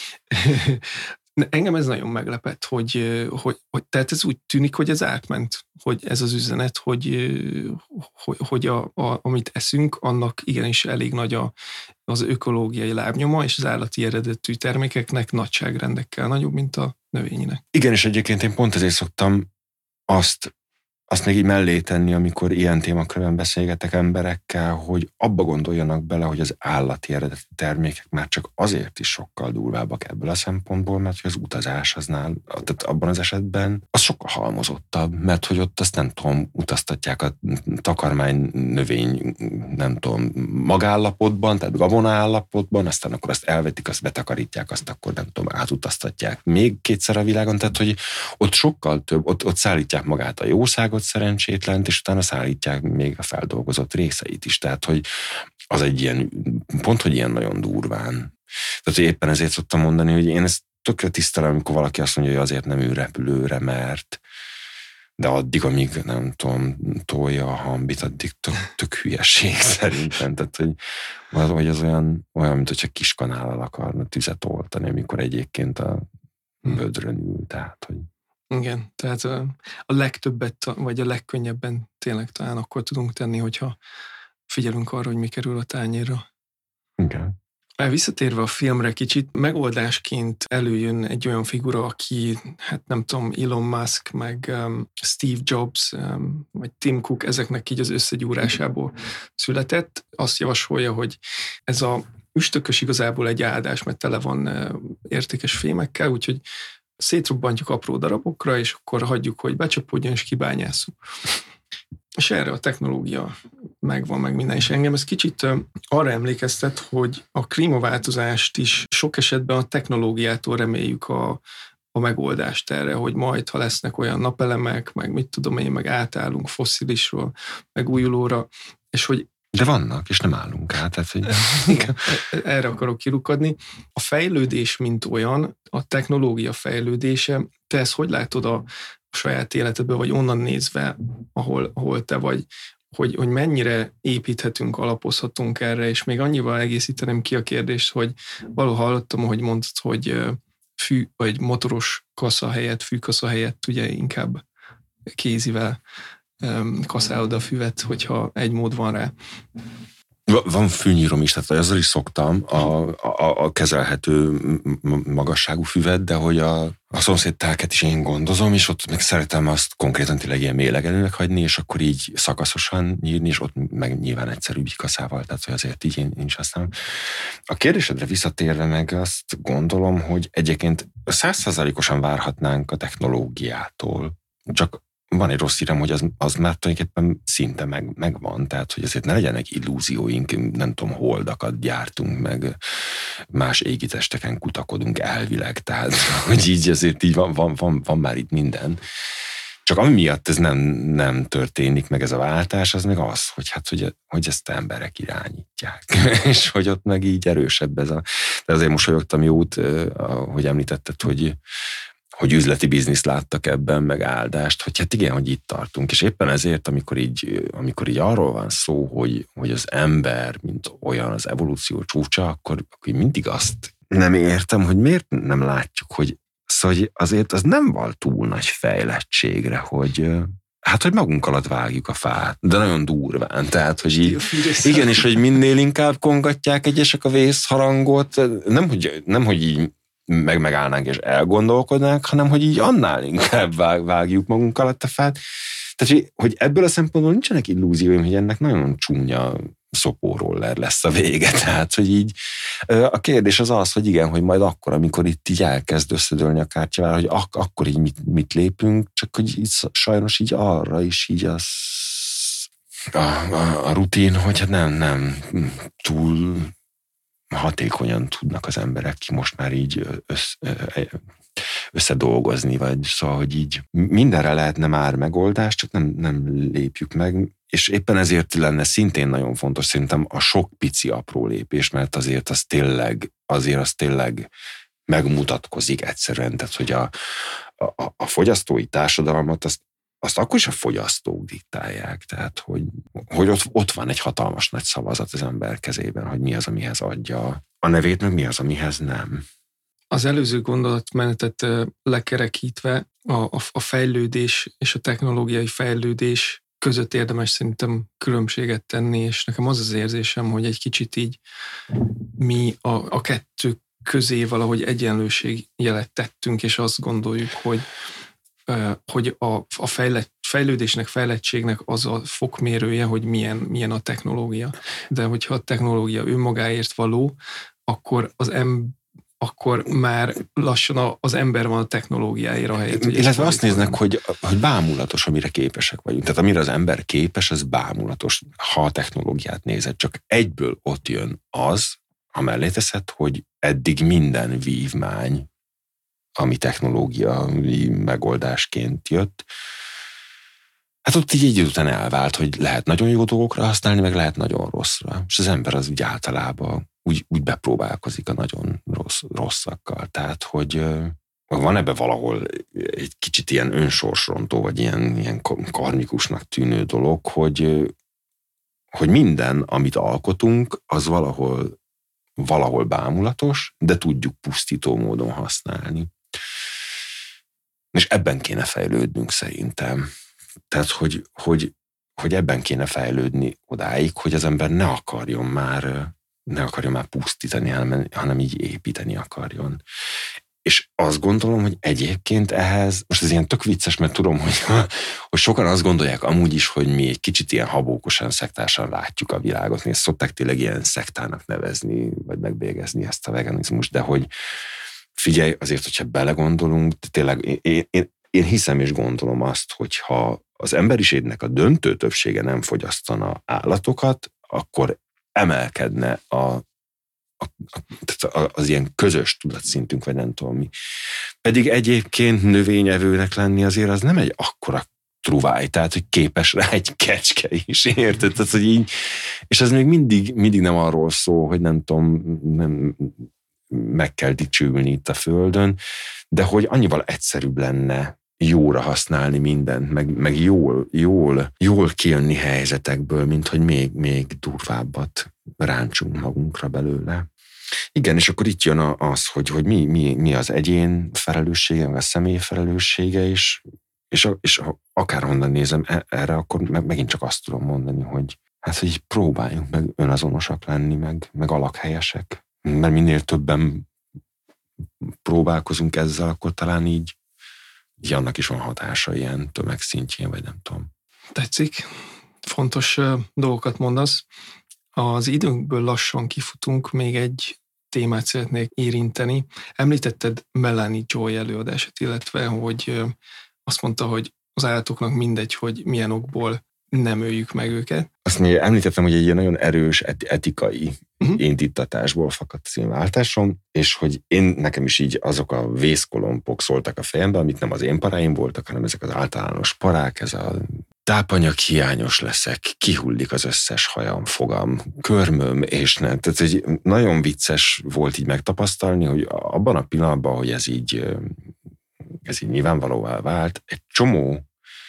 Speaker 1: engem ez nagyon meglepett, hogy, hogy, hogy tehát ez úgy tűnik, hogy ez átment, hogy ez az üzenet, hogy, hogy, hogy a, a, amit eszünk, annak igenis elég nagy a, az ökológiai lábnyoma, és az állati eredetű termékeknek nagyságrendekkel nagyobb, mint a növényinek.
Speaker 2: Igen, és egyébként én pont ezért szoktam azt azt még így mellé tenni, amikor ilyen témakörben beszélgetek emberekkel, hogy abba gondoljanak bele, hogy az állati eredetű termékek már csak azért is sokkal durvábbak ebből a szempontból, mert hogy az utazás aznál, tehát abban az esetben az sokkal halmozottabb, mert hogy ott azt nem tudom, utaztatják a takarmány növény, nem tudom, magállapotban, tehát gabonaállapotban, aztán akkor azt elvetik, azt betakarítják, azt akkor nem tudom, átutaztatják még kétszer a világon, tehát hogy ott sokkal több, ott, ott szállítják magát a jószágot, szerencsétlent, és utána szállítják még a feldolgozott részeit is. Tehát, hogy az egy ilyen, pont, hogy ilyen nagyon durván. Tehát, hogy éppen ezért szoktam mondani, hogy én ezt tökre tisztelem, amikor valaki azt mondja, hogy azért nem ül repülőre, mert de addig, amíg nem tudom, tolja a hambit, addig tök, tök hülyeség szerintem. Tehát, hogy valahogy az olyan, olyan, mint hogyha kiskanállal akarna tüzet oltani, amikor egyébként a bödrön ül. Tehát, hogy
Speaker 1: igen, tehát a legtöbbet, vagy a legkönnyebben tényleg talán akkor tudunk tenni, hogyha figyelünk arra, hogy mi kerül a tányérra.
Speaker 2: Igen.
Speaker 1: Visszatérve a filmre kicsit, megoldásként előjön egy olyan figura, aki, hát nem tudom, Elon Musk, meg um, Steve Jobs, um, vagy Tim Cook, ezeknek így az összegyúrásából született. Azt javasolja, hogy ez a üstökös igazából egy áldás, mert tele van uh, értékes fémekkel, úgyhogy szétrobbantjuk apró darabokra, és akkor hagyjuk, hogy becsapódjon, és kibányásszuk. És erre a technológia megvan, meg minden, és engem ez kicsit arra emlékeztet, hogy a klímaváltozást is sok esetben a technológiától reméljük a, a megoldást erre, hogy majd, ha lesznek olyan napelemek, meg mit tudom én, meg átállunk fosszilisról, meg újulóra, és hogy
Speaker 2: de vannak, és nem állunk át. Tehát, hogy...
Speaker 1: Erre akarok kirukadni. A fejlődés, mint olyan, a technológia fejlődése, te ezt hogy látod a saját életedben, vagy onnan nézve, ahol, ahol te vagy, hogy, hogy mennyire építhetünk, alapozhatunk erre, és még annyival egészíteném ki a kérdést, hogy valahogy hallottam, hogy mondtad, hogy fű, vagy motoros kasza helyett, fűkasza helyett ugye inkább kézivel kaszálod a füvet, hogyha egy mód van rá.
Speaker 2: Van fűnyírom is, tehát azzal is szoktam a, a, a kezelhető magasságú füvet, de hogy a, a szomszéd telket is én gondozom, és ott meg szeretem azt konkrétan tényleg ilyen mélegelőnek hagyni, és akkor így szakaszosan nyírni, és ott meg nyilván egyszerűbb kaszával, tehát hogy azért így én, én is használom. A kérdésedre visszatérve meg azt gondolom, hogy egyébként száz százalékosan várhatnánk a technológiától, csak van egy rossz hírem, hogy az, az már tulajdonképpen szinte meg, megvan, tehát hogy azért ne legyenek illúzióink, nem tudom, holdakat gyártunk, meg más égitesteken kutakodunk elvileg, tehát hogy így azért így van, van, van, van már itt minden. Csak ami miatt ez nem, nem történik meg ez a váltás, az meg az, hogy hát, hogy, hogy ezt emberek irányítják, és hogy ott meg így erősebb ez a... De azért mosolyogtam jót, hogy említetted, hogy hogy üzleti bizniszt láttak ebben, meg áldást, hogy hát igen, hogy itt tartunk. És éppen ezért, amikor így, amikor így arról van szó, hogy, hogy az ember, mint olyan az evolúció csúcsa, akkor, akkor mindig azt nem értem, hogy miért nem látjuk, hogy szóval azért az nem val túl nagy fejlettségre, hogy hát, hogy magunk alatt vágjuk a fát, de nagyon durván, tehát, hogy így, igen, és hogy minél inkább kongatják egyesek a vészharangot, nem, hogy, nem, hogy így meg megállnánk és elgondolkodnánk, hanem hogy így annál inkább vág, vágjuk magunk alatt a fát. Tehát, hogy, hogy ebből a szempontból nincsenek illúzióim, hogy ennek nagyon csúnya szopóroller lesz a vége. Tehát, hogy így a kérdés az az, hogy igen, hogy majd akkor, amikor itt így elkezd összedőlni a kártyavár, hogy ak- akkor így mit, mit lépünk, csak hogy így sajnos így arra is így az a, a, a rutin, hogy hát nem, nem túl hatékonyan tudnak az emberek ki most már így össze, összedolgozni, vagy szóval, hogy így mindenre lehetne már megoldás, csak nem, nem lépjük meg, és éppen ezért lenne szintén nagyon fontos szerintem a sok pici apró lépés, mert azért az tényleg, azért az tényleg megmutatkozik egyszerűen, tehát hogy a, a, a fogyasztói társadalmat azt azt akkor is a fogyasztók diktálják, tehát hogy, hogy ott, ott van egy hatalmas nagy szavazat az ember kezében, hogy mi az, amihez adja a nevét, meg mi az, amihez nem.
Speaker 1: Az előző gondolatmenetet lekerekítve a, a, a fejlődés és a technológiai fejlődés között érdemes szerintem különbséget tenni, és nekem az az érzésem, hogy egy kicsit így mi a, a kettő közé valahogy egyenlőségjelet tettünk, és azt gondoljuk, hogy hogy a, a fejlett, fejlődésnek, fejlettségnek az a fokmérője, hogy milyen, milyen a technológia. De hogyha a technológia önmagáért való, akkor az em, akkor már lassan az ember van a technológiáért a helyet.
Speaker 2: Illetve azt néznek, hogy, hogy bámulatos, amire képesek vagyunk. Tehát amire az ember képes, az bámulatos, ha a technológiát nézed. Csak egyből ott jön az, amellé teszed, hogy eddig minden vívmány, ami technológiai megoldásként jött, hát ott így egy után elvált, hogy lehet nagyon jó dolgokra használni, meg lehet nagyon rosszra. És az ember az úgy általában úgy, úgy bepróbálkozik a nagyon rossz, rosszakkal. Tehát, hogy van ebben valahol egy kicsit ilyen önsorsrontó, vagy ilyen, ilyen karmikusnak tűnő dolog, hogy, hogy minden, amit alkotunk, az valahol, valahol bámulatos, de tudjuk pusztító módon használni. És ebben kéne fejlődnünk szerintem. Tehát, hogy, hogy, hogy ebben kéne fejlődni odáig, hogy az ember ne akarjon már, ne akarjon már pusztítani, hanem, hanem így építeni akarjon. És azt gondolom, hogy egyébként ehhez, most ez ilyen tök vicces, mert tudom, hogy, hogy sokan azt gondolják amúgy is, hogy mi egy kicsit ilyen habókosan, szektásan látjuk a világot, és szokták tényleg ilyen szektának nevezni, vagy megbélyegezni ezt a veganizmust, de hogy figyelj, azért, hogyha belegondolunk, tényleg én, én, én hiszem és gondolom azt, hogyha az emberiségnek a döntő többsége nem fogyasztana állatokat, akkor emelkedne a, a, a, az ilyen közös tudatszintünk, vagy nem tudom mi. Pedig egyébként növényevőnek lenni azért az nem egy akkora truváj, tehát, hogy képes rá egy kecske is, érted? Tehát, hogy így, és ez még mindig, mindig nem arról szól, hogy nem tudom, nem, meg kell dicsülni itt a földön, de hogy annyival egyszerűbb lenne jóra használni mindent, meg, meg jól, jól, jól kijönni helyzetekből, mint hogy még, még durvábbat ráncsunk magunkra belőle. Igen, és akkor itt jön az, hogy, hogy mi, mi, mi az egyén felelőssége, meg a személy felelőssége, és, és, és akárhonnan nézem erre, akkor meg, megint csak azt tudom mondani, hogy hát, hogy próbáljunk meg önazonosak lenni, meg, meg alakhelyesek. Mert minél többen próbálkozunk ezzel, akkor talán így, így annak is van hatása ilyen tömegszintjén, vagy nem tudom.
Speaker 1: Tetszik. Fontos uh, dolgokat mondasz. Az időnkből lassan kifutunk, még egy témát szeretnék érinteni. Említetted Melanie Joy előadását, illetve, hogy uh, azt mondta, hogy az állatoknak mindegy, hogy milyen okból nem öljük meg őket.
Speaker 2: Azt még említettem, hogy egy ilyen nagyon erős etikai
Speaker 1: uh-huh.
Speaker 2: indítatásból fakadt az én váltásom, és hogy én nekem is így azok a vészkolompok szóltak a fejembe, amit nem az én paráim voltak, hanem ezek az általános parák, ez a tápanyag hiányos leszek, kihullik az összes hajam, fogam, körmöm, és nem. Tehát egy nagyon vicces volt így megtapasztalni, hogy abban a pillanatban, hogy ez így, ez így nyilvánvalóvá vált, egy csomó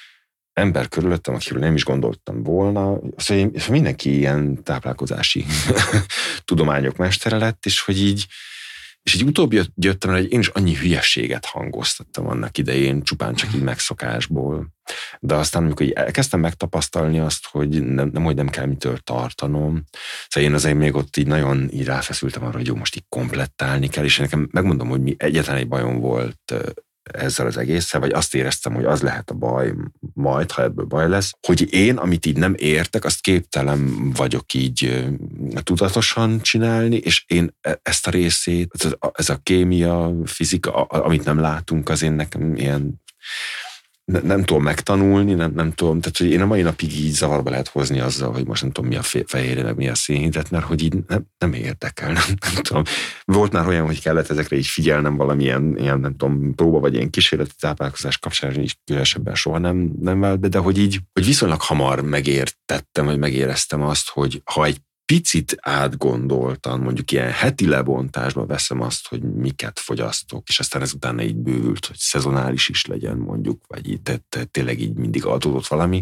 Speaker 2: ember körülöttem, akiről nem is gondoltam volna, szóval mindenki ilyen táplálkozási tudományok mestere lett, és hogy így, és így utóbb jöttem rá, hogy én is annyi hülyességet hangoztattam annak idején, csupán csak így megszokásból. De aztán, amikor így elkezdtem megtapasztalni azt, hogy nem, nem, hogy nem kell mitől tartanom, szóval én azért még ott így nagyon így ráfeszültem arra, hogy jó, most így komplettálni kell, és nekem megmondom, hogy mi egyetlen egy bajom volt ezzel az egésszel, vagy azt éreztem, hogy az lehet a baj majd, ha ebből baj lesz, hogy én, amit így nem értek, azt képtelen vagyok így tudatosan csinálni, és én ezt a részét, ez a kémia, fizika, amit nem látunk, az én nekem ilyen nem, nem tudom megtanulni, nem, nem tudom, tehát hogy én a mai napig így zavarba lehet hozni azzal, hogy most nem tudom mi a fehérje, meg mi a szénhidrát, mert hogy így nem, nem érdekel, nem, nem tudom. Volt már olyan, hogy kellett ezekre így figyelnem valamilyen, ilyen, nem tudom, próba vagy ilyen kísérleti táplálkozás kapcsán, is különösebben soha nem, nem vált be, de hogy így, hogy viszonylag hamar megértettem, vagy megéreztem azt, hogy ha egy picit átgondoltan, mondjuk ilyen heti lebontásba veszem azt, hogy miket fogyasztok, és aztán ezután így bővült, hogy szezonális is legyen mondjuk, vagy így te, te, tényleg így mindig adódott valami,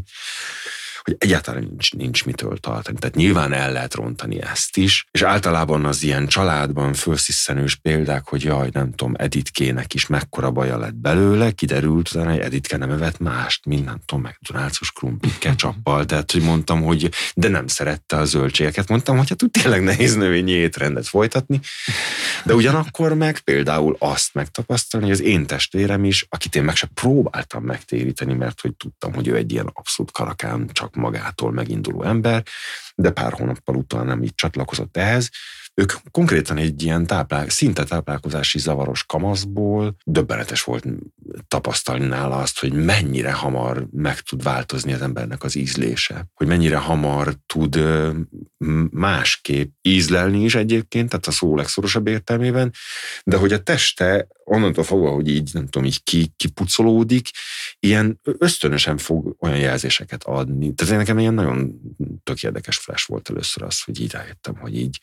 Speaker 2: hogy egyáltalán nincs, nincs mitől tartani. Tehát nyilván el lehet rontani ezt is, és általában az ilyen családban fölszisszenős példák, hogy jaj, nem tudom, Editkének is mekkora baja lett belőle, kiderült utána, hogy Editke nem evett mást, mint nem tudom, McDonald's-os krumplit ketchuppal, tehát hogy mondtam, hogy de nem szerette a zöldségeket, mondtam, hogy hát úgy tényleg nehéz növényi étrendet folytatni, de ugyanakkor meg például azt megtapasztalni, hogy az én testvérem is, akit én meg sem próbáltam megtéríteni, mert hogy tudtam, hogy ő egy ilyen abszolút karakán, csak magától meginduló ember, de pár hónappal utána nem így csatlakozott ehhez. Ők konkrétan egy ilyen táplál, szinte táplálkozási zavaros kamaszból döbbenetes volt tapasztalni nála azt, hogy mennyire hamar meg tud változni az embernek az ízlése, hogy mennyire hamar tud másképp ízlelni is egyébként, tehát a szó legszorosabb értelmében, de hogy a teste onnantól fogva, hogy így, nem tudom, így ki, kipucolódik, ilyen ösztönösen fog olyan jelzéseket adni. Tehát nekem ilyen nagyon tök érdekes flash volt először az, hogy így rájöttem, hogy így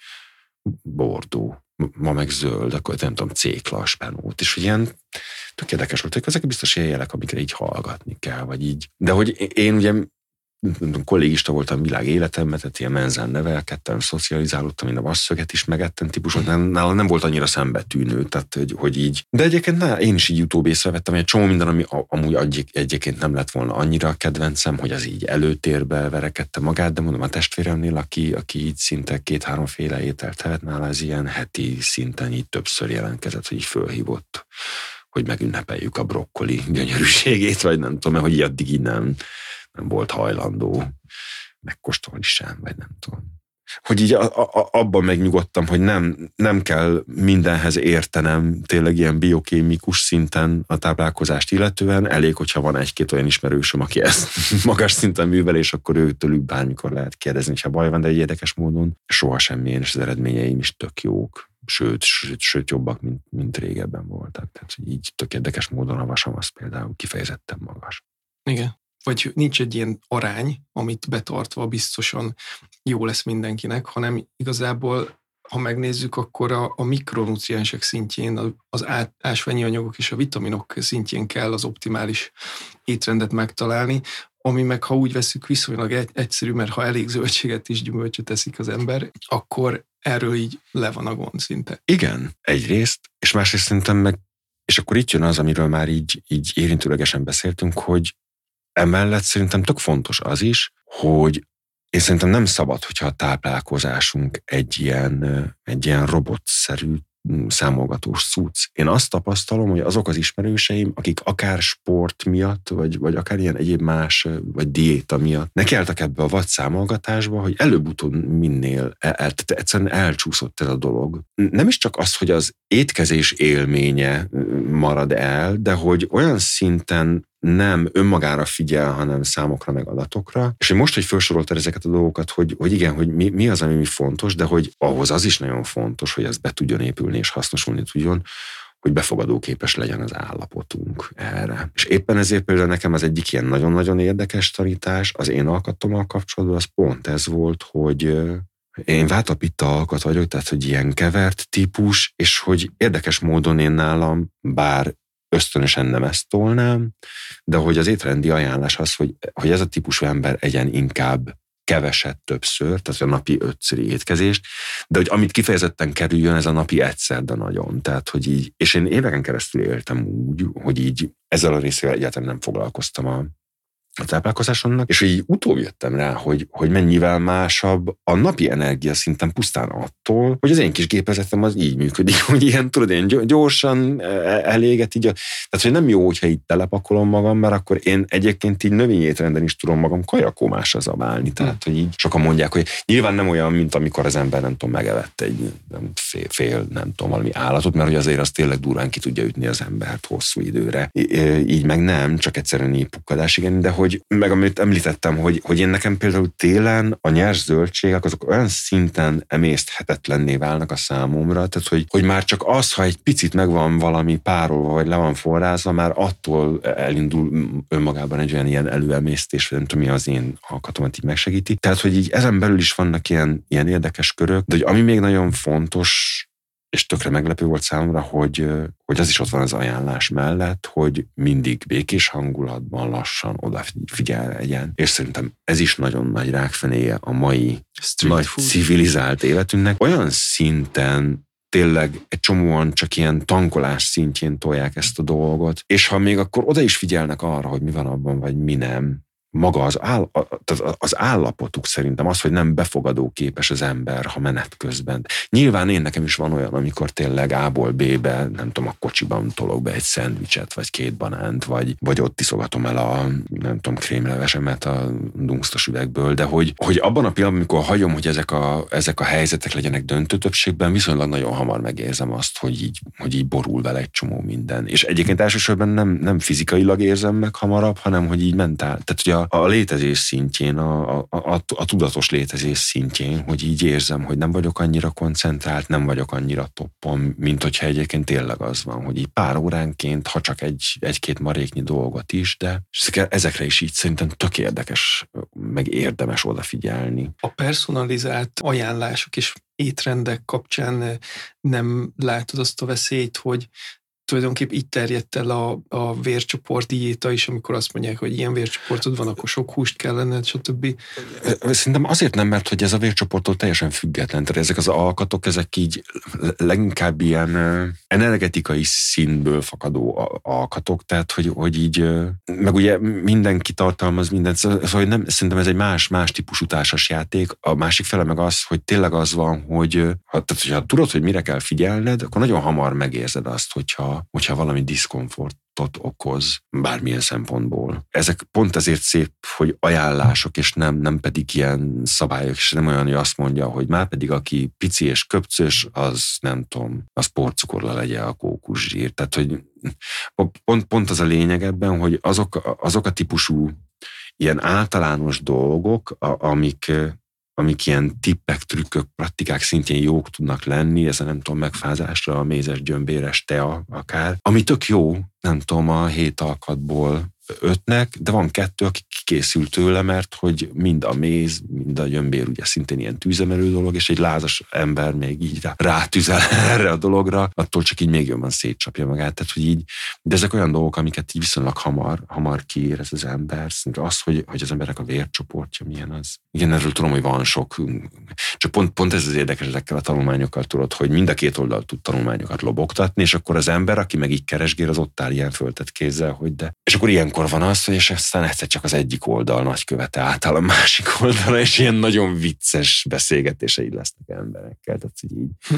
Speaker 2: bordó, ma meg zöld, akkor nem tudom, cékla, spenót, és hogy ilyen tök érdekes volt, hogy ezek biztos ilyen jelek, amikre így hallgatni kell, vagy így. De hogy én ugye kollégista voltam világ életemben, tehát ilyen menzen nevelkedtem, szocializálódtam, én a vasszöget is megettem típusot, nálam nem volt annyira szembetűnő, tehát hogy, hogy így. De egyébként na, én is így utóbb észrevettem, hogy egy csomó minden, ami amúgy egyébként nem lett volna annyira a kedvencem, hogy az így előtérbe verekedte magát, de mondom a testvéremnél, aki, aki így szinte két-háromféle ételt tehet, nála ez ilyen heti szinten így többször jelentkezett, hogy így fölhívott, hogy megünnepeljük a brokkoli gyönyörűségét, vagy nem tudom, hogy így addig így nem nem volt hajlandó megkóstolni sem, vagy nem tudom. Hogy így a, a, abban megnyugodtam, hogy nem, nem kell mindenhez értenem tényleg ilyen biokémikus szinten a táplálkozást illetően, elég, hogyha van egy-két olyan ismerősöm, aki ezt magas szinten művel, és akkor őtőlük bármikor lehet kérdezni, ha baj van, de egy érdekes módon soha semmilyen, és az eredményeim is tök jók, sőt, sőt, sőt jobbak, mint, mint régebben voltak. Tehát így tök érdekes módon a vasam az például kifejezetten magas.
Speaker 1: Igen. Vagy nincs egy ilyen arány, amit betartva biztosan jó lesz mindenkinek, hanem igazából, ha megnézzük, akkor a, a mikronutriensek szintjén, az ásványi anyagok és a vitaminok szintjén kell az optimális étrendet megtalálni, ami meg, ha úgy veszük, viszonylag egy, egyszerű, mert ha elég zöldséget és gyümölcsöt eszik az ember, akkor erről így le van a gond szinte.
Speaker 2: Igen, egyrészt, és másrészt szerintem meg, és akkor itt jön az, amiről már így, így érintőlegesen beszéltünk, hogy emellett szerintem tök fontos az is, hogy én szerintem nem szabad, hogyha a táplálkozásunk egy ilyen, egy ilyen robotszerű számolgatós cucc. Én azt tapasztalom, hogy azok az ismerőseim, akik akár sport miatt, vagy, vagy akár ilyen egyéb más, vagy diéta miatt nekiálltak ebbe a vadszámolgatásba, hogy előbb-utóbb minél el, el, egyszerűen elcsúszott ez a dolog. Nem is csak az, hogy az étkezés élménye marad el, de hogy olyan szinten nem önmagára figyel, hanem számokra meg adatokra. És hogy most, hogy felsoroltad ezeket a dolgokat, hogy, hogy igen, hogy mi, mi az, ami fontos, de hogy ahhoz az is nagyon fontos, hogy ez be tudjon épülni és hasznosulni tudjon, hogy befogadóképes legyen az állapotunk erre. És éppen ezért például nekem az egyik ilyen nagyon-nagyon érdekes tanítás az én alkatommal kapcsolatban, az pont ez volt, hogy én Vata Pitta alkat vagyok, tehát hogy ilyen kevert típus, és hogy érdekes módon én nálam, bár ösztönösen nem ezt tolnám, de hogy az étrendi ajánlás az, hogy, hogy ez a típusú ember egyen inkább keveset többször, tehát a napi ötszöri étkezést, de hogy amit kifejezetten kerüljön, ez a napi egyszer, de nagyon. Tehát, hogy így, és én éveken keresztül éltem úgy, hogy így ezzel a részével egyáltalán nem foglalkoztam a a táplálkozásomnak, és így utóbb jöttem rá, hogy, hogy mennyivel másabb a napi energia szinten pusztán attól, hogy az én kis gépezetem az így működik, hogy ilyen, tudod, én gyorsan eléget, így, tehát, hogy nem jó, hogyha így telepakolom magam, mert akkor én egyébként így növényétrenden is tudom magam kajakómásra zabálni, tehát, hogy így sokan mondják, hogy nyilván nem olyan, mint amikor az ember, nem tudom, megevett egy nem, fél, fél, nem tudom, valami állatot, mert hogy azért az tényleg durván ki tudja ütni az embert hosszú időre. Így meg nem, csak egyszerűen így pukkadás, igen, de hogy meg amit említettem, hogy, hogy én nekem például télen a nyers zöldségek azok olyan szinten emészthetetlenné válnak a számomra, tehát hogy, hogy már csak az, ha egy picit megvan valami párolva, vagy le van forrázva, már attól elindul önmagában egy olyan ilyen előemésztés, vagy nem tudom, mi az én alkatomat így megsegíti. Tehát, hogy így ezen belül is vannak ilyen, ilyen érdekes körök, de hogy ami még nagyon fontos, és tökre meglepő volt számomra, hogy, hogy az is ott van az ajánlás mellett, hogy mindig békés hangulatban lassan odafigyel legyen. És szerintem ez is nagyon nagy rákfenéje a mai
Speaker 1: Street
Speaker 2: nagy
Speaker 1: food.
Speaker 2: civilizált életünknek. Olyan szinten tényleg egy csomóan csak ilyen tankolás szintjén tolják ezt a dolgot, és ha még akkor oda is figyelnek arra, hogy mi van abban, vagy mi nem, maga az, áll, az állapotuk szerintem az, hogy nem befogadó képes az ember, ha menet közben. Nyilván én nekem is van olyan, amikor tényleg A-ból B-be, nem tudom, a kocsiban tolok be egy szendvicset, vagy két banánt, vagy, vagy ott iszogatom el a, nem tudom, krémlevesemet a dungsztos üvegből, de hogy, hogy abban a pillanatban, amikor hagyom, hogy ezek a, ezek a helyzetek legyenek döntő többségben, viszonylag nagyon hamar megérzem azt, hogy így, hogy így borul vele egy csomó minden. És egyébként elsősorban nem, nem fizikailag érzem meg hamarabb, hanem hogy így mentál. Tehát, hogy a a létezés szintjén, a, a, a, a tudatos létezés szintjén, hogy így érzem, hogy nem vagyok annyira koncentrált, nem vagyok annyira toppon, mint hogyha egyébként tényleg az van, hogy így pár óránként, ha csak egy, egy-két maréknyi dolgot is, de ezekre is így szerintem tök érdekes, meg érdemes odafigyelni.
Speaker 1: A personalizált ajánlások és étrendek kapcsán nem látod azt a veszélyt, hogy tulajdonképp így terjedt el a, a vércsoport diéta is, amikor azt mondják, hogy ilyen vércsoportod van, akkor sok húst kellene, stb.
Speaker 2: Szerintem azért nem, mert hogy ez a vércsoporttól teljesen független. Tehát ezek az alkatok, ezek így leginkább ilyen energetikai színből fakadó alkatok, tehát hogy, hogy így, meg ugye mindenki tartalmaz mindent, szóval nem, szerintem ez egy más, más típusú társasjáték. A másik fele meg az, hogy tényleg az van, hogy ha, tehát, hogyha tudod, hogy mire kell figyelned, akkor nagyon hamar megérzed azt, hogyha hogyha valami diszkomfortot okoz bármilyen szempontból. Ezek pont ezért szép, hogy ajánlások, és nem, nem pedig ilyen szabályok, és nem olyan, hogy azt mondja, hogy már pedig aki pici és köpcös, az nem tudom, az porcukorra legyen a kókuszsír. Tehát, hogy pont, pont az a lényeg ebben, hogy azok, azok a típusú ilyen általános dolgok, amik amik ilyen tippek, trükkök, praktikák szintjén jók tudnak lenni, ez a nem tudom, megfázásra, a mézes, gyömbéres tea akár, ami tök jó, nem tudom, a hét alkatból ötnek, de van kettő, aki kikészült tőle, mert hogy mind a méz, mind a gyömbér ugye szintén ilyen tűzemelő dolog, és egy lázas ember még így rá, rátüzel erre a dologra, attól csak így még jobban szétcsapja magát, tehát hogy így, de ezek olyan dolgok, amiket így viszonylag hamar, hamar kiérez az ember, szerintem az, hogy, hogy az emberek a vércsoportja milyen az. Igen, erről tudom, hogy van sok, csak pont, pont ez az érdekes ezekkel a tanulmányokkal, tudod, hogy mind a két oldal tud tanulmányokat lobogtatni, és akkor az ember, aki meg így keresgél, az ott áll ilyen föltett kézzel, hogy de. És akkor ilyenkor van az, és aztán egyszer csak az egyik oldal nagykövete átáll a másik oldalra, és ilyen nagyon vicces beszélgetéseid lesznek emberekkel. Tehát így.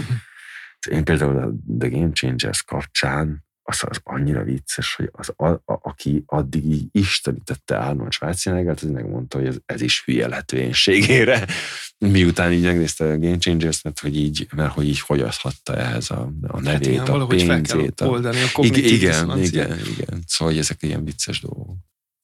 Speaker 2: Én például a The Game Changers kapcsán az, az annyira vicces, hogy az, a, a, aki addig így istenítette Arnold Schwarzeneggert, az megmondta, hogy ez, ez is hülye letvénységére. Miután így megnézte a Game Changers, mert hogy így, mert hogy így fogyaszthatta ehhez a, a nevét, hát igen, a pénzét.
Speaker 1: Fel kell oldani a
Speaker 2: igen, igen, igen. Szóval hogy ezek ilyen vicces dolgok.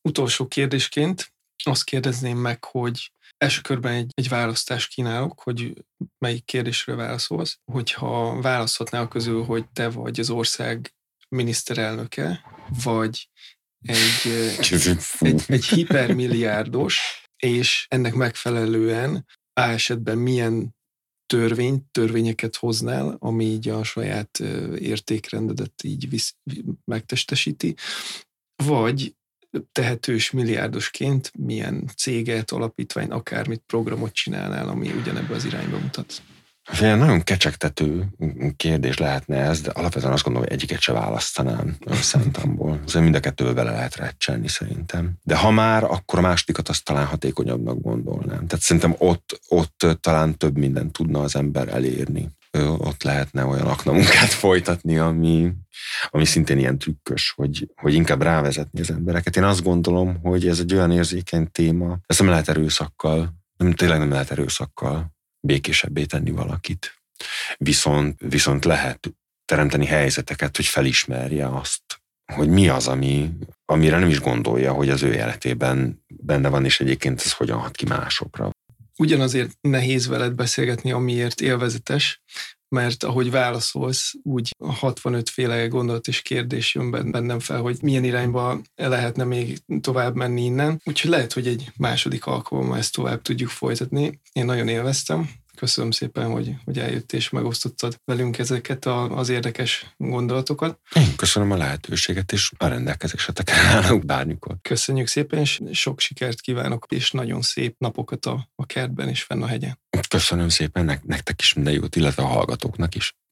Speaker 1: Utolsó kérdésként azt kérdezném meg, hogy első körben egy, egy választást kínálok, hogy melyik kérdésre válaszolsz. Hogyha választhatnál közül, hogy te vagy az ország miniszterelnöke, vagy egy, egy, egy hipermilliárdos, és ennek megfelelően A esetben milyen törvényt, törvényeket hoznál, ami így a saját értékrendedet így visz, megtestesíti, vagy tehetős milliárdosként milyen céget, alapítványt, akármit, programot csinálnál, ami ugyanebben az irányba mutat.
Speaker 2: Ilyen nagyon kecsegtető kérdés lehetne ez, de alapvetően azt gondolom, hogy egyiket se választanám szemtamból. Azért mind a kettőből bele lehet recsenni szerintem. De ha már, akkor a másodikat azt talán hatékonyabbnak gondolnám. Tehát szerintem ott, ott talán több mindent tudna az ember elérni. Ott lehetne olyan aknamunkát folytatni, ami, ami szintén ilyen trükkös, hogy, hogy inkább rávezetni az embereket. Én azt gondolom, hogy ez egy olyan érzékeny téma, ezt nem lehet erőszakkal, nem, tényleg nem lehet erőszakkal békésebbé tenni valakit. Viszont, viszont lehet teremteni helyzeteket, hogy felismerje azt, hogy mi az, ami, amire nem is gondolja, hogy az ő életében benne van, és egyébként ez hogyan hat ki másokra.
Speaker 1: Ugyanazért nehéz veled beszélgetni, amiért élvezetes, mert ahogy válaszolsz, úgy hatvanöt féle gondolat és kérdés jön bennem fel, hogy milyen irányba lehetne még tovább menni innen. Úgyhogy lehet, hogy egy második alkalommal ezt tovább tudjuk folytatni. Én nagyon élveztem. Köszönöm szépen, hogy, hogy eljöttél és megosztottad velünk ezeket a, az érdekes gondolatokat.
Speaker 2: Én köszönöm a lehetőséget, és a rendelkezésetekre állok bármikor.
Speaker 1: Köszönjük szépen, és sok sikert kívánok, és nagyon szép napokat a, a kertben és fenn a hegyen.
Speaker 2: Köszönöm szépen, nektek is minden jót, illetve a hallgatóknak is.